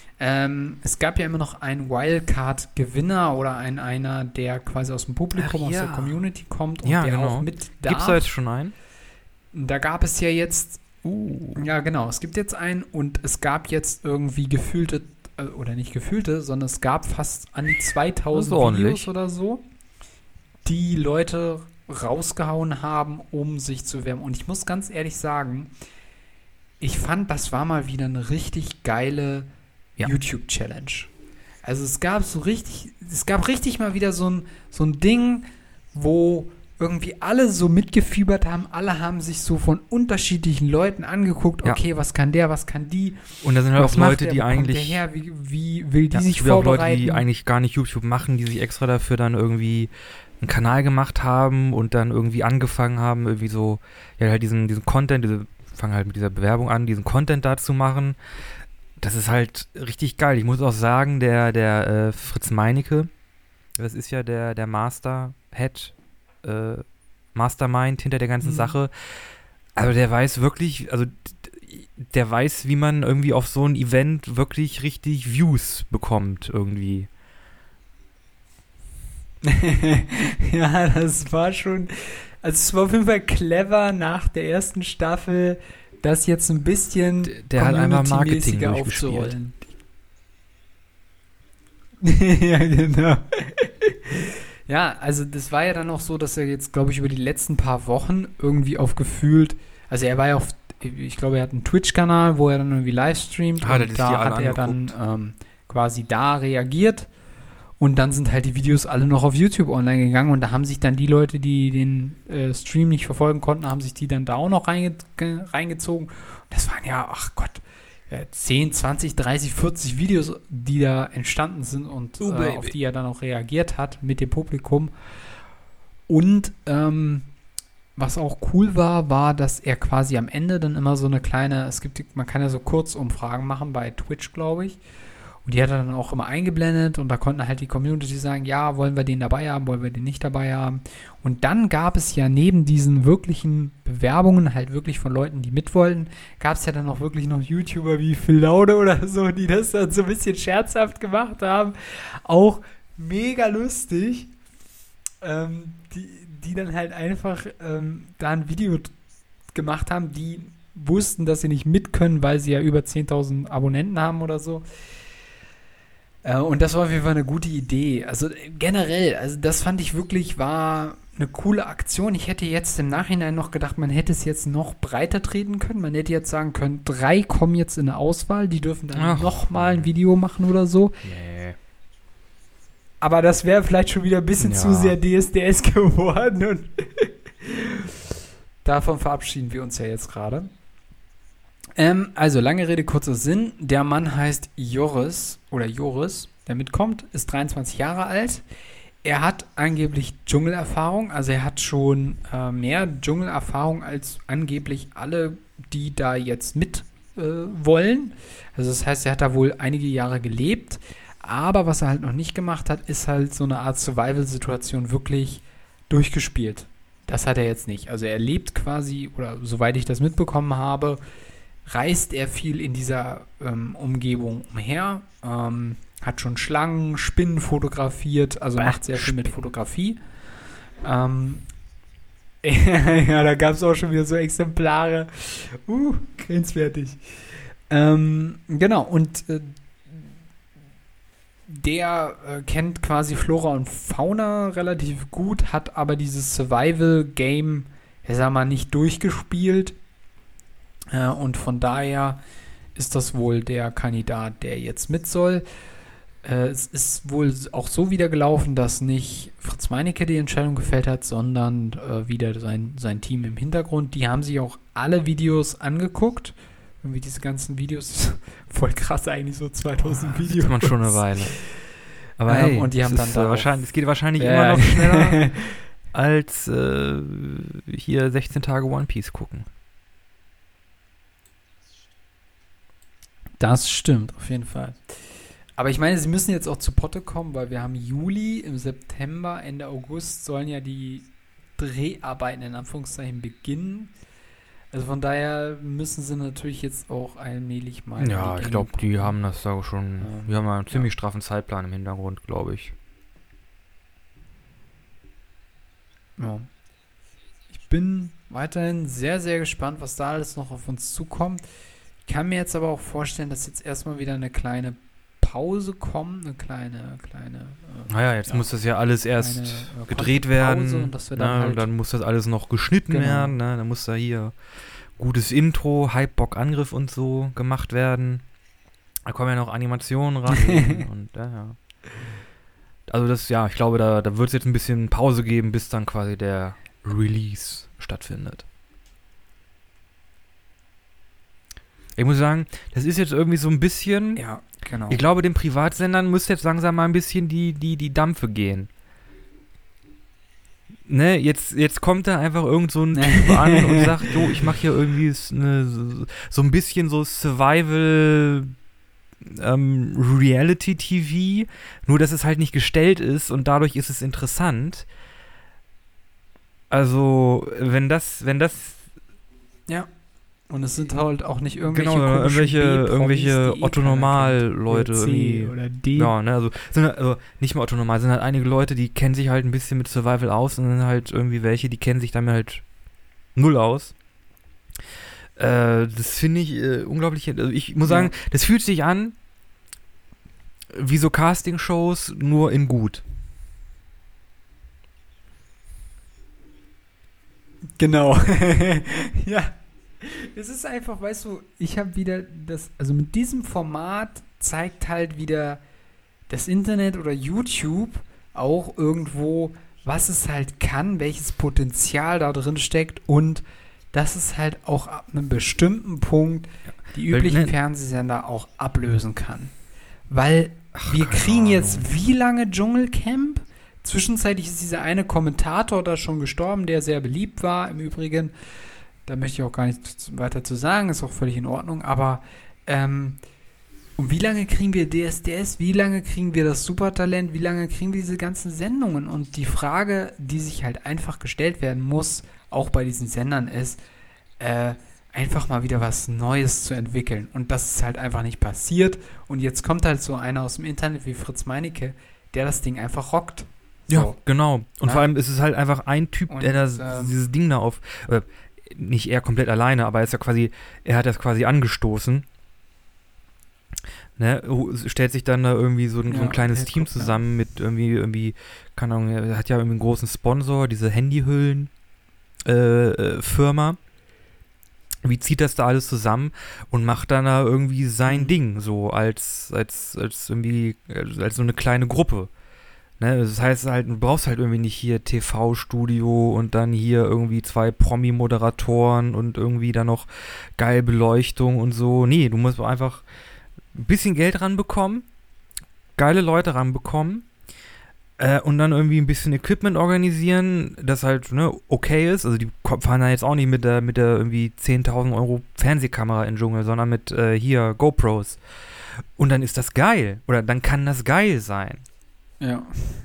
Es gab ja immer noch einen Wildcard-Gewinner oder einer, der quasi aus dem Publikum, aus der Community kommt und der auch mit darf. Gibt es da jetzt schon einen? Da gab es ja jetzt ja, genau. Es gibt jetzt einen und es gab jetzt irgendwie gefühlte, oder nicht gefühlte, sondern es gab fast an die 2000 Videos oder so, die Leute rausgehauen haben, um sich zu werben. Und ich muss ganz ehrlich sagen, ich fand, das war mal wieder eine richtig geile YouTube-Challenge. Also es gab richtig mal wieder so ein Ding, wo irgendwie alle so mitgefiebert haben, alle haben sich so von unterschiedlichen Leuten angeguckt, okay, was kann der, was kann die. Und da sind halt auch Leute, die eigentlich... Wie will die sich vorbereiten? Auch Leute, die eigentlich gar nicht YouTube machen, die sich extra dafür dann irgendwie einen Kanal gemacht haben und dann irgendwie angefangen haben, irgendwie so, ja, halt diesen Content, fangen halt mit dieser Bewerbung an, diesen Content da zu machen. Das ist halt richtig geil. Ich muss auch sagen, der Fritz Meinecke, das ist ja der Mastermind hinter der ganzen Sache. Also der weiß wirklich, also der weiß, wie man irgendwie auf so ein Event wirklich richtig Views bekommt irgendwie. Ja, das war schon, also es war auf jeden Fall clever nach der ersten Staffel, das jetzt ein bisschen der hat einmal Marketing aufzurollen. Ja, genau. Ja, also das war ja dann auch so, dass er jetzt, glaube ich, über die letzten paar Wochen irgendwie aufgefühlt, also er war ja auf, ich glaube, er hat einen Twitch-Kanal, wo er dann irgendwie livestreamt Ah, das und ist da die alle hat er dann angeguckt. quasi da reagiert und dann sind halt die Videos alle noch auf YouTube online gegangen und da haben sich dann die Leute, die den Stream nicht verfolgen konnten, haben sich die dann da auch noch reingezogen. Und das waren ja, ach Gott, 10, 20, 30, 40 Videos, die da entstanden sind und auf die er dann auch reagiert hat mit dem Publikum. Und was auch cool war, dass er quasi am Ende dann immer so eine kleine, man kann ja so Kurzumfragen machen bei Twitch, glaube ich. Und die hat er dann auch immer eingeblendet und da konnten halt die Community sagen, ja, wollen wir den dabei haben, wollen wir den nicht dabei haben. Und dann gab es ja neben diesen wirklichen Bewerbungen, halt wirklich von Leuten, die mit wollten, gab es ja dann auch wirklich noch YouTuber wie Phil Laude oder so, die das dann so ein bisschen scherzhaft gemacht haben. Auch mega lustig. Die dann halt einfach da ein Video gemacht haben, die wussten, dass sie nicht mit können, weil sie ja über 10.000 Abonnenten haben oder so. Und das war auf jeden Fall eine gute Idee. Also generell, also das fand ich wirklich, war eine coole Aktion. Ich hätte jetzt im Nachhinein noch gedacht, man hätte es jetzt noch breiter treten können. Man hätte jetzt sagen können, 3 kommen jetzt in eine Auswahl, die dürfen dann nochmal ein Video machen oder so. Nee. Aber das wäre vielleicht schon wieder ein bisschen zu sehr DSDS geworden und davon verabschieden wir uns ja jetzt gerade. Also, lange Rede, kurzer Sinn. Der Mann heißt Joris, der mitkommt, ist 23 Jahre alt. Er hat angeblich Dschungelerfahrung, also er hat schon mehr Dschungelerfahrung als angeblich alle, die da jetzt mit wollen. Also das heißt, er hat da wohl einige Jahre gelebt. Aber was er halt noch nicht gemacht hat, ist halt so eine Art Survival-Situation wirklich durchgespielt. Das hat er jetzt nicht. Also er lebt quasi, oder soweit ich das mitbekommen habe, reist er viel in dieser Umgebung umher, hat schon Schlangen, Spinnen fotografiert, also macht sehr viel mit Fotografie. Ja, da gab es auch schon wieder so Exemplare. Grenzwertig. Genau, und der kennt quasi Flora und Fauna relativ gut, hat aber dieses Survival-Game, ich sag mal, nicht durchgespielt. Und von daher ist das wohl der Kandidat, der jetzt mit soll. Es ist wohl auch so wieder gelaufen, dass nicht Fritz Meinecke die Entscheidung gefällt hat, sondern wieder sein Team im Hintergrund. Die haben sich auch alle Videos angeguckt. Irgendwie diese ganzen Videos, voll krass eigentlich, so 2000 Videos. Das ist man schon eine Weile. Aber hey, und die haben dann da es geht wahrscheinlich immer noch schneller als hier 16 Tage One Piece gucken. Das stimmt, auf jeden Fall. Aber ich meine, sie müssen jetzt auch zu Potte kommen, weil wir haben Juli, im September, Ende August sollen ja die Dreharbeiten in Anführungszeichen beginnen. Also von daher müssen sie natürlich jetzt auch allmählich mal. Ja, ich glaube, die haben das da schon. Die haben einen ziemlich straffen Zeitplan im Hintergrund, glaube ich. Ja. Ich bin weiterhin sehr, sehr gespannt, was da alles noch auf uns zukommt. Ich kann mir jetzt aber auch vorstellen, dass jetzt erstmal wieder eine kleine Pause kommt, eine kleine naja, jetzt muss das ja alles erst gedreht werden. Und dass wir dann, halt dann muss das alles noch geschnitten werden. Ne? Dann muss da hier gutes Intro, Hypebock, Angriff und so gemacht werden. Da kommen ja noch Animationen rein. Und ja. Also das, ja, ich glaube, da wird es jetzt ein bisschen Pause geben, bis dann quasi der Release stattfindet. Ich muss sagen, das ist jetzt irgendwie so ein bisschen. Ja, genau. Ich glaube, den Privatsendern müsste jetzt langsam mal ein bisschen die Dampfe gehen. Ne, jetzt kommt da einfach irgend so ein Typ an und sagt, jo, ich mache hier irgendwie so ein bisschen so Survival Reality TV, nur dass es halt nicht gestellt ist und dadurch ist es interessant. Also, wenn das ja. Und es sind halt auch nicht irgendwelche irgendwelche Otto-Normal-Leute irgendwie. Oder D. Ja, ne, also nicht mal Otto-Normal, sind halt einige Leute, die kennen sich halt ein bisschen mit Survival aus und dann halt irgendwie welche, die kennen sich damit halt null aus. Das finde ich unglaublich, also ich muss sagen, das fühlt sich an wie so Casting-Shows, nur in gut. Genau. Ja. Es ist einfach, weißt du, ich habe wieder also mit diesem Format zeigt halt wieder das Internet oder YouTube auch irgendwo, was es halt kann, welches Potenzial da drin steckt und dass es halt auch ab einem bestimmten Punkt die üblichen Fernsehsender auch ablösen kann. Weil wir kriegen jetzt wie lange Dschungelcamp? Zwischenzeitlich ist dieser eine Kommentator da schon gestorben, der sehr beliebt war im Übrigen. Da möchte ich auch gar nichts weiter zu sagen, ist auch völlig in Ordnung. Aber und wie lange kriegen wir DSDS? Wie lange kriegen wir das Supertalent? Wie lange kriegen wir diese ganzen Sendungen? Und die Frage, die sich halt einfach gestellt werden muss, auch bei diesen Sendern ist, einfach mal wieder was Neues zu entwickeln. Und das ist halt einfach nicht passiert. Und jetzt kommt halt so einer aus dem Internet wie Fritz Meinecke, der das Ding einfach rockt. So. Ja, genau. Und vor allem ist es halt einfach ein Typ, und, der dieses Ding da nicht er komplett alleine, aber er hat das quasi angestoßen. Ne, stellt sich dann da irgendwie so ein kleines Team zusammen mit irgendwie, keine Ahnung, er hat ja irgendwie einen großen Sponsor, diese Handyhüllen Firma. Wie zieht das da alles zusammen und macht dann da irgendwie sein Ding, so als irgendwie, als so eine kleine Gruppe. Ne, das heißt halt, du brauchst halt irgendwie nicht hier TV-Studio und dann hier irgendwie 2 Promi-Moderatoren und irgendwie dann noch geil Beleuchtung und so. Nee, du musst einfach ein bisschen Geld ranbekommen, geile Leute ranbekommen und dann irgendwie ein bisschen Equipment organisieren, das halt okay ist. Also die fahren da jetzt auch nicht mit der irgendwie 10.000 Euro Fernsehkamera in den Dschungel, sondern mit hier GoPros. Und dann ist das geil. Oder dann kann das geil sein. Ja.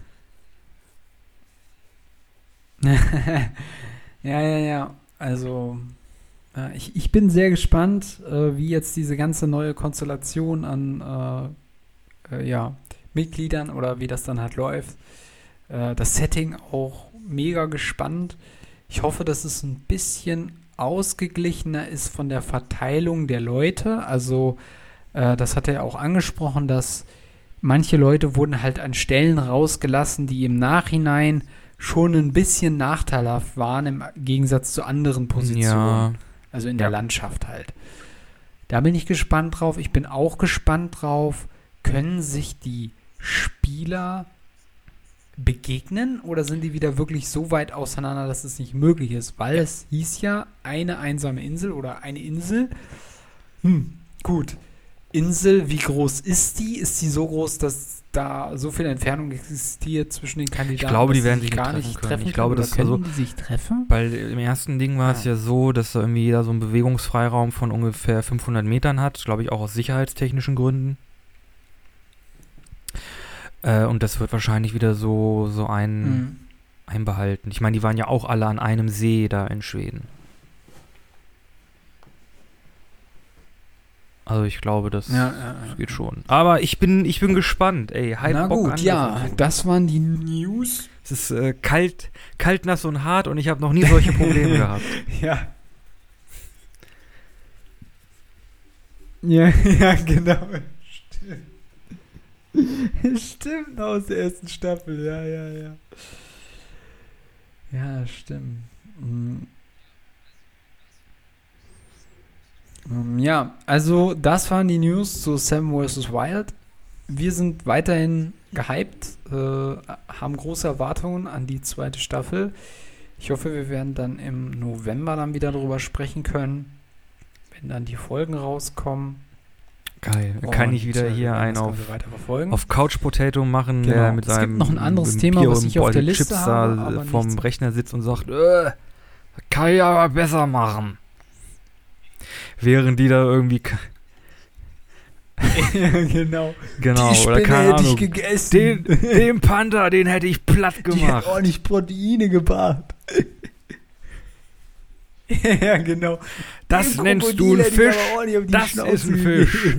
Ja. Also, ich bin sehr gespannt, wie jetzt diese ganze neue Konstellation an Mitgliedern oder wie das dann halt läuft. Das Setting auch mega gespannt. Ich hoffe, dass es ein bisschen ausgeglichener ist von der Verteilung der Leute. Also, das hat er auch angesprochen, dass manche Leute wurden halt an Stellen rausgelassen, die im Nachhinein schon ein bisschen nachteilhaft waren im Gegensatz zu anderen Positionen. Ja. Also in der Landschaft halt. Da bin ich gespannt drauf. Ich bin auch gespannt drauf, können sich die Spieler begegnen oder sind die wieder wirklich so weit auseinander, dass es nicht möglich ist? Weil es hieß ja eine einsame Insel oder eine Insel. Gut. Insel, wie groß ist die? Ist die so groß, dass da so viel Entfernung existiert zwischen den Kandidaten? Ich glaube, die werden sich sich gar nicht nicht treffen können. treffen. Ich glaube, können, das oder also, können die sich treffen? Weil im ersten Ding war es ja so, dass da irgendwie jeder so einen Bewegungsfreiraum von ungefähr 500 Metern hat, glaube ich auch aus sicherheitstechnischen Gründen. Und das wird wahrscheinlich wieder so einbehalten. Ich meine, die waren ja auch alle an einem See da in Schweden. Also ich glaube, das geht schon. Aber ich bin gespannt, ey. Na gut, das waren die News. Es ist kalt, nass und hart und ich habe noch nie solche Probleme gehabt. Ja. Ja, genau. Stimmt, aus der ersten Staffel, ja. Ja, stimmt. Ja, also das waren die News zu Seven vs. Wild. Wir sind weiterhin gehypt, haben große Erwartungen an die zweite Staffel. Ich hoffe, wir werden dann im November dann wieder darüber sprechen können, wenn dann die Folgen rauskommen. Geil. Kann ich wieder hier einen auf Couch Potato machen, genau. Der mit seinem es gibt noch ein anderes Thema, was ich auf der Liste Chips habe, da aber vom Rechner sitzt und sagt, kann ich aber besser machen. Während die da irgendwie ja, genau. Die Spinne oder keine hätte Ahnung. ich gegessen. Den Panther, den hätte ich platt gemacht. Die hat ordentlich Proteine gebracht. Ja, genau. Das nennst du einen Fisch. Das ist ein Fisch.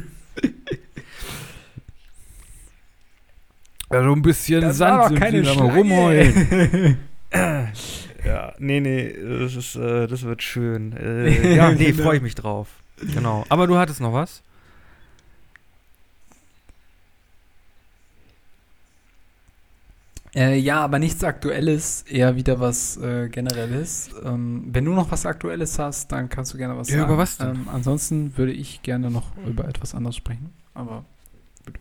Also ein bisschen das Sand sind keine aber rumheulen. Ja, nee, das wird schön. Ja, nee, genau. Freue ich mich drauf. Genau. Aber du hattest noch was? Ja, aber nichts Aktuelles, eher wieder was Generelles. Wenn du noch was Aktuelles hast, dann kannst du gerne was Ja, sagen. über was denn? Ansonsten würde ich gerne noch über etwas anderes sprechen. Aber gut.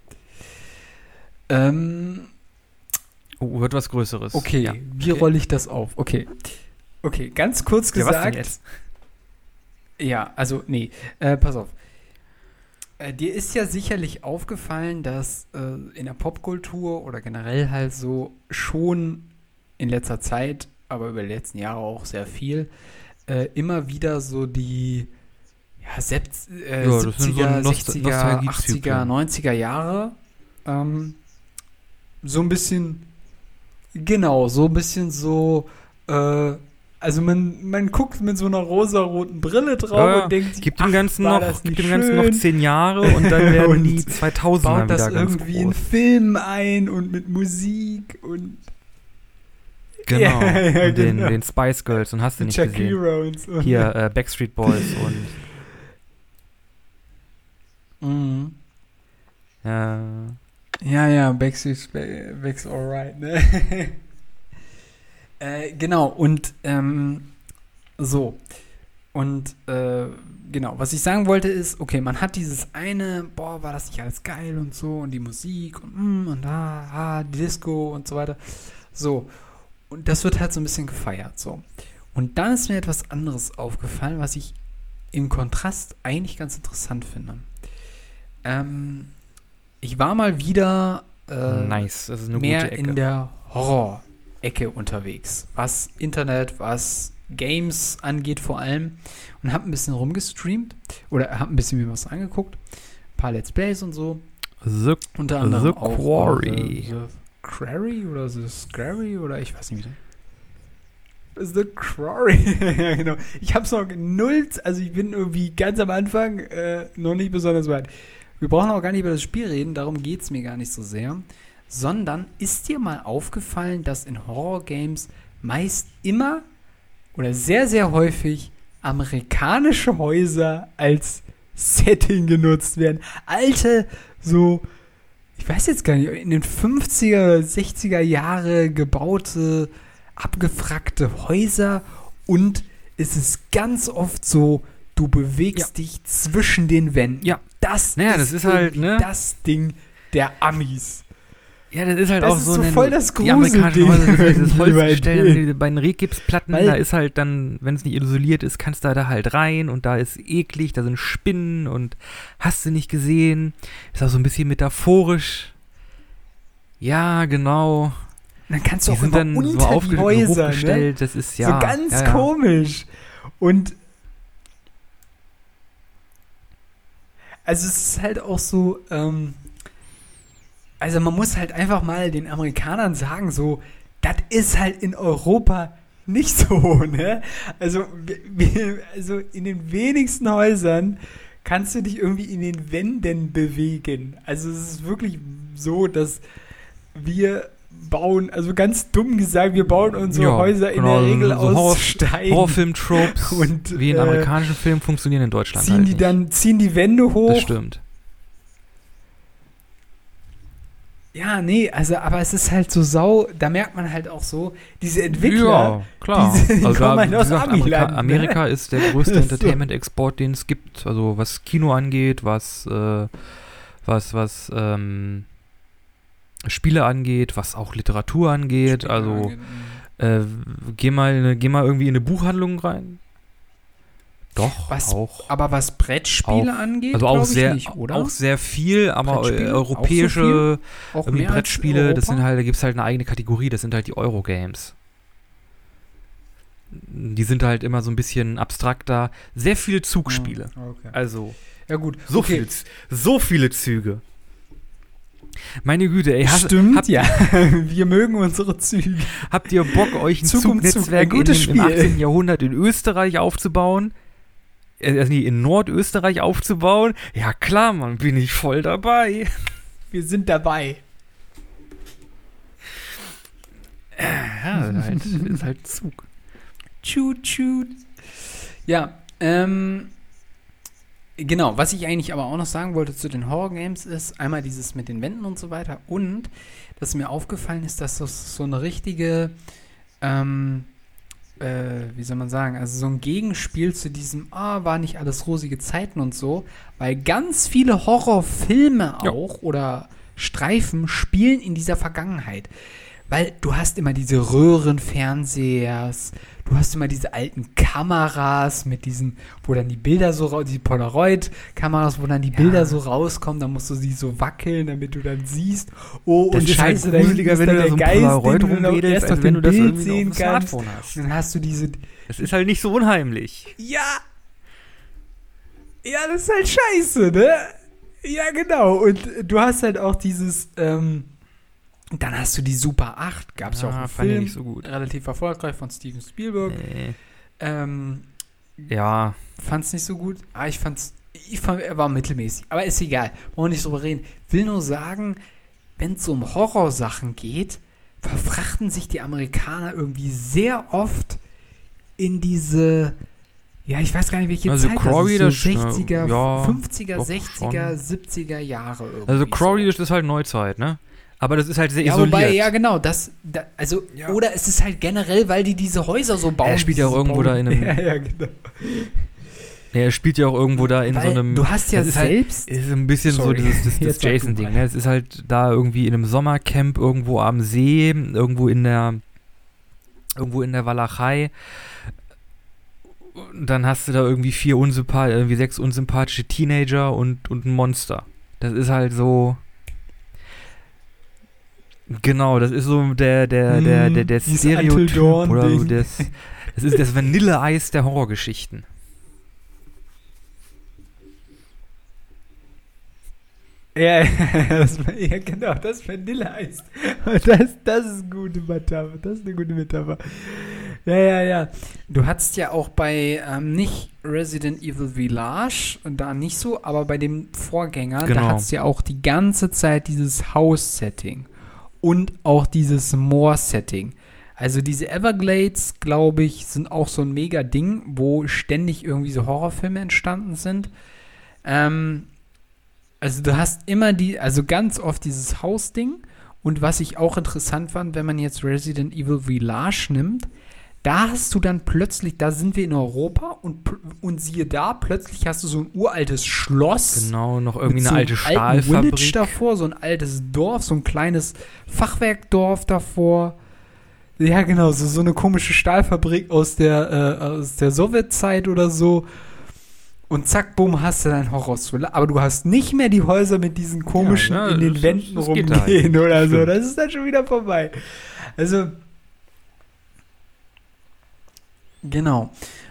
Oh, wird was Größeres. Okay, Ja. wie rolle ich das auf? Okay, ganz kurz Ja, was denn gesagt. jetzt? Ja, also, nee, pass auf. Dir ist ja sicherlich aufgefallen, dass in der Popkultur oder generell halt so schon in letzter Zeit, aber über die letzten Jahre auch sehr viel, immer wieder so die das sind so 70er, 60er, Nostalgiezyklen. 80er, 90er Jahre so ein bisschen, genau, so ein bisschen so, also man guckt mit so einer rosaroten Brille drauf und denkt sich, Gib dem Ganzen war noch, das nicht gib dem Ganzen noch schön? 10 Jahre und dann werden Und die 2000er baut das wieder ganz irgendwie in groß. Film ein und mit Musik und Genau, Ja, und genau. den Spice Girls und hast du nicht gesehen. Shakira und so. Hier, Backstreet Boys und Mhm. ja, Ja, Backstreet's alright, ne? Genau, und so. Und genau, was ich sagen wollte ist, okay, man hat dieses eine, boah, war das nicht alles geil und so und die Musik und die Disco und so weiter. So, und das wird halt so ein bisschen gefeiert, so. Und dann ist mir etwas anderes aufgefallen, was ich im Kontrast eigentlich ganz interessant finde. Ich war mal wieder nice, das ist eine mehr gute Ecke. in der Horror-Ecke unterwegs, was Internet, was Games angeht vor allem, und habe ein bisschen rumgestreamt oder habe ein bisschen mir was angeguckt, ein paar Let's Plays und so, The unter anderem auch Quarry. The Quarry oder The Scary oder ich weiß nicht wie. The Quarry, ja genau. Ich habe es noch null, also ich bin irgendwie ganz am Anfang noch nicht besonders weit. Wir brauchen auch gar nicht über das Spiel reden, darum geht es mir gar nicht so sehr. Sondern ist dir mal aufgefallen, dass in Horror-Games meist immer oder sehr, sehr häufig amerikanische Häuser als Setting genutzt werden? Alte, so, ich weiß jetzt gar nicht, in den 50er oder 60er Jahre gebaute, abgefrackte Häuser, und es ist ganz oft so, du bewegst dich zwischen den Wänden. Ja. Das Das ist halt, ne? das Ding der Amis. Ja, das ist halt Das auch ist so so ein voll das die amerikanischen Gruselding. Häuser, dieses Bei Holzgestell denen. bei den Rehgipsplatten, Weil- da ist halt dann, wenn es nicht isoliert ist, kannst du da halt rein und da ist eklig, da sind Spinnen und hast du nicht gesehen. Ist auch so ein bisschen metaphorisch. Ja, genau. Dann kannst du Die auch sind immer dann so unter die Häuser, ne? hochgestellt, das ist ja. So ganz ja. komisch. Und also es ist halt auch so, also man muss halt einfach mal den Amerikanern sagen, so, das ist halt in Europa nicht so, ne? Also, also in den wenigsten Häusern kannst du dich irgendwie in den Wänden bewegen. Also es ist wirklich so, dass wir bauen, also ganz dumm gesagt, wir bauen unsere Ja, Häuser genau, in der Regel so aus Stein. Horrorfilm-Tropes, Und, wie in amerikanischen Filmen, funktionieren in Deutschland ziehen halt die nicht. dann, ziehen die Wände hoch. Das stimmt. Ja, nee, also, aber es ist halt so da merkt man halt auch so, diese Entwickler, Ja, klar. die kommen halt wie aus gesagt, Amiland, ne? Amerika ist der größte So. Entertainment-Export, den es gibt. Also was Kino angeht, was Spiele angeht, was auch Literatur angeht. Also geh mal irgendwie in eine Buchhandlung rein. Doch, auch. Aber was Brettspiele Auch. angeht, Also auch glaub ich sehr, nicht, oder? auch sehr viel, aber Brettspiele? europäische Auch irgendwie mehr als Brettspiele, das sind Europa? halt, da gibt es halt eine eigene Kategorie, das sind halt die Eurogames. Die sind halt immer so ein bisschen abstrakter. Sehr viele Zugspiele. Okay. Also, Ja gut, so, okay. so viele Züge. Meine Güte, ey, Stimmt, ja. Wir mögen unsere Züge. habt ihr Bock, euch ein Zug um Zug, Zugnetzwerk ein gutes im Spiel. 18. Jahrhundert in Österreich aufzubauen? Also nee, in Nordösterreich aufzubauen? Ja klar, Mann, bin ich voll dabei. Wir sind dabei. Ja, ist halt Zug. Chut. Ja, Genau, was ich eigentlich aber auch noch sagen wollte zu den Horror-Games ist, einmal dieses mit den Wänden und so weiter und, dass mir aufgefallen ist, dass das so eine richtige, wie soll man sagen, also so ein Gegenspiel zu diesem, war nicht alles rosige Zeiten und so, weil ganz viele Horrorfilme auch oder Streifen spielen in dieser Vergangenheit. Weil du hast immer diese Röhrenfernsehers, du hast immer diese alten Kameras mit diesen, wo dann die Bilder so die Polaroid-Kameras, wo dann die Bilder so rauskommen, dann musst du sie so wackeln, damit du dann siehst, das ist scheiße, halt gruseliger, wenn du da so ein Polaroid rumwedelst, als wenn du das irgendwie auf dem Smartphone hast. Und dann hast du diese... Das ist halt nicht so unheimlich. Ja, das ist halt scheiße, ne? Ja, genau. Und du hast halt auch dieses, dann hast du die Super 8, gab es ja auch einen Film, nicht so gut. Relativ erfolgreich von Steven Spielberg. Nee. Ja. Fand's nicht so gut. Ich fand, er war mittelmäßig. Aber ist egal. Wollen wir nicht drüber reden. Will nur sagen, wenn es um Horrorsachen geht, verfrachten sich die Amerikaner irgendwie sehr oft in diese, ich weiß gar nicht, welche also Zeit Crowley, das ist. So 60er, ja, 50er, 60er, schon. 70er Jahre irgendwie. Also Crowley, das ist halt Neuzeit, ne? Aber das ist halt sehr isoliert. Wobei, genau, oder es ist halt generell, weil die diese Häuser so bauen. Er spielt ja auch irgendwo da in einem... Ja, genau. Ja, er spielt ja auch irgendwo da in weil so einem... Du hast ja selbst... Ist ein bisschen so das Jason-Ding, ne? Es ist halt da irgendwie in einem Sommercamp irgendwo am See, irgendwo in der Walachei. Und dann hast du da irgendwie 6 unsympathische Teenager und ein Monster. Das ist halt so... Genau, das ist so der Stereotyp oder das ist das Vanilleeis der Horrorgeschichten. Ja, genau, das Vanilleeis. Das ist eine gute Metapher. Ja. Du hattest ja auch bei, nicht Resident Evil Village, da nicht so, aber bei dem Vorgänger, genau. Da hattest du ja auch die ganze Zeit dieses House-Setting. Und auch dieses Moor-Setting. Also diese Everglades, glaube ich, sind auch so ein mega Ding, wo ständig irgendwie so Horrorfilme entstanden sind. Also du hast immer ganz oft dieses Hausding. Und was ich auch interessant fand, wenn man jetzt Resident Evil Village nimmt, da hast du dann plötzlich, da sind wir in Europa und siehe da, plötzlich hast du so ein uraltes Schloss. Genau, noch irgendwie eine alte Stahlfabrik. Village davor, so ein altes Dorf, so ein kleines Fachwerkdorf davor. Ja, genau, so eine komische Stahlfabrik aus der Sowjetzeit oder so. Und zack, bumm, hast du dein Horror-Thriller. Aber du hast nicht mehr die Häuser mit diesen komischen in den Wänden rumgehen oder so. Das ist dann schon wieder vorbei. Also... Genau.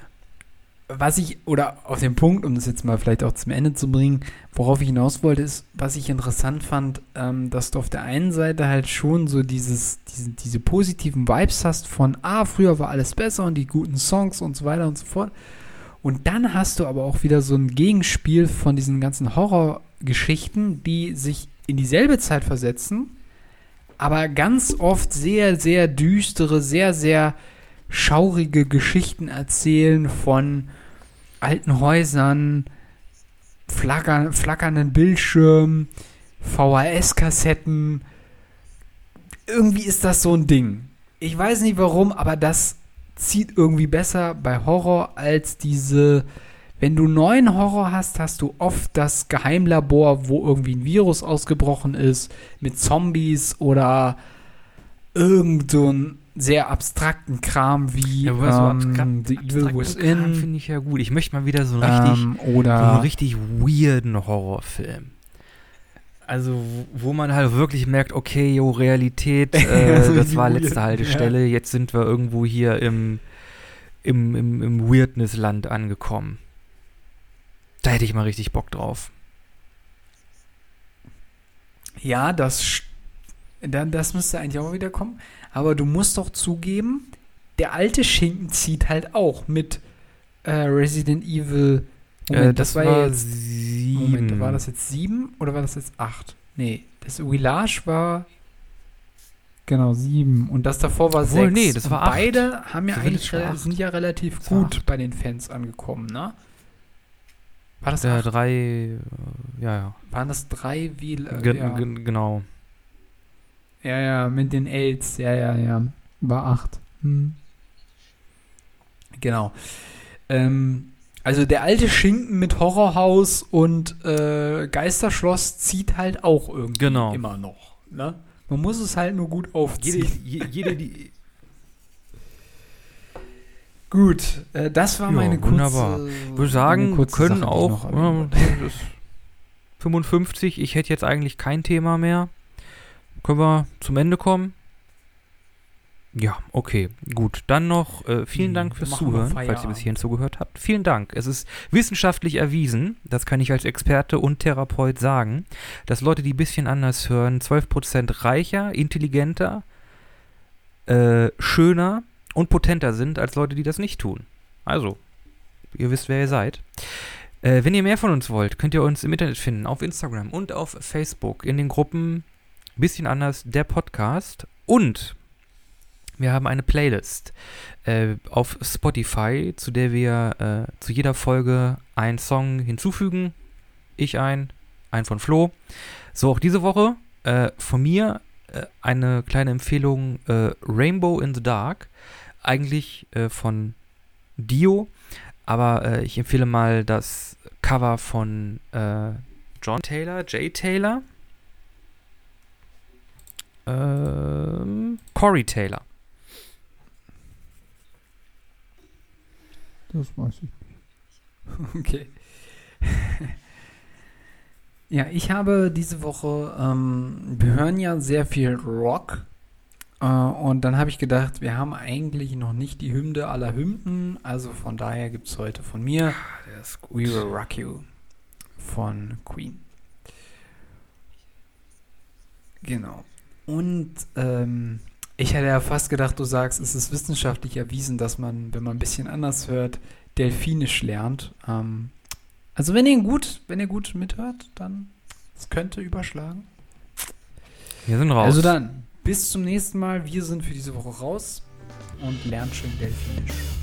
Auf den Punkt, um das jetzt mal vielleicht auch zum Ende zu bringen, worauf ich hinaus wollte, ist, was ich interessant fand, dass du auf der einen Seite halt schon so diese positiven Vibes hast von, früher war alles besser und die guten Songs und so weiter und so fort. Und dann hast du aber auch wieder so ein Gegenspiel von diesen ganzen Horrorgeschichten, die sich in dieselbe Zeit versetzen, aber ganz oft sehr, sehr düstere, sehr, sehr schaurige Geschichten erzählen von alten Häusern, flackernden Bildschirmen, VHS-Kassetten. Irgendwie ist das so ein Ding. Ich weiß nicht warum, aber das zieht irgendwie besser bei Horror als wenn du neuen Horror hast, hast du oft das Geheimlabor, wo irgendwie ein Virus ausgebrochen ist, mit Zombies oder irgend so ein sehr abstrakten Kram wie The Evil Within. Finde ich ja gut. Ich möchte mal wieder so einen richtig weirden Horrorfilm. Also, wo man halt wirklich merkt, okay, Realität, das war letzte Haltestelle, jetzt sind wir irgendwo hier im Weirdness-Land angekommen. Da hätte ich mal richtig Bock drauf. Ja, das müsste eigentlich auch wieder kommen. Aber du musst doch zugeben, der alte Schinken zieht halt auch mit Resident Evil. Moment, das war jetzt 7. Moment, war das jetzt 7 oder war das jetzt 8? Nee, das Village war genau 7 und das davor war 6. Nee, das war 8. Beide haben ja eigentlich sind ja relativ gut bei den Fans angekommen, ne? War das 8? 3, ja. Waren das 3 wie... Genau. Ja, mit den Els. Ja. War 8. Genau. Also der alte Schinken mit Horrorhaus und Geisterschloss zieht halt auch irgendwie immer noch. Ne? Man muss es halt nur gut aufziehen. Die Gut, das war meine kurze... Wunderbar. Ich würde sagen, wir können auch... 55, ich hätte jetzt eigentlich kein Thema mehr. Können wir zum Ende kommen? Ja, okay, gut. Dann noch vielen Dank fürs Zuhören, falls ihr bis hierhin zugehört habt. Vielen Dank. Es ist wissenschaftlich erwiesen, das kann ich als Experte und Therapeut sagen, dass Leute, die ein bisschen anders hören, 12% reicher, intelligenter, schöner und potenter sind als Leute, die das nicht tun. Also, ihr wisst, wer ihr seid. Wenn ihr mehr von uns wollt, könnt ihr uns im Internet finden, auf Instagram und auf Facebook, in den Gruppen Bisschen anders, der Podcast. Und wir haben eine Playlist auf Spotify, zu der wir zu jeder Folge einen Song hinzufügen. Ich ein von Flo. So auch diese Woche von mir eine kleine Empfehlung, Rainbow in the Dark. Eigentlich von Dio, aber ich empfehle mal das Cover von Jay Taylor. Corey Taylor. Das weiß ich nicht. Okay. Ja, ich habe diese Woche, wir hören ja sehr viel Rock. Und dann habe ich gedacht, wir haben eigentlich noch nicht die Hymne aller Hymnen. Also von daher gibt es heute von mir Der ist gut. We Will Rock You von Queen. Genau. Und ich hätte ja fast gedacht, du sagst, es ist wissenschaftlich erwiesen, dass man, wenn man ein bisschen anders hört, Delfinisch lernt. Also wenn ihr gut mithört, dann es könnte überschlagen. Wir sind raus. Also dann, bis zum nächsten Mal. Wir sind für diese Woche raus und lernt schön Delfinisch.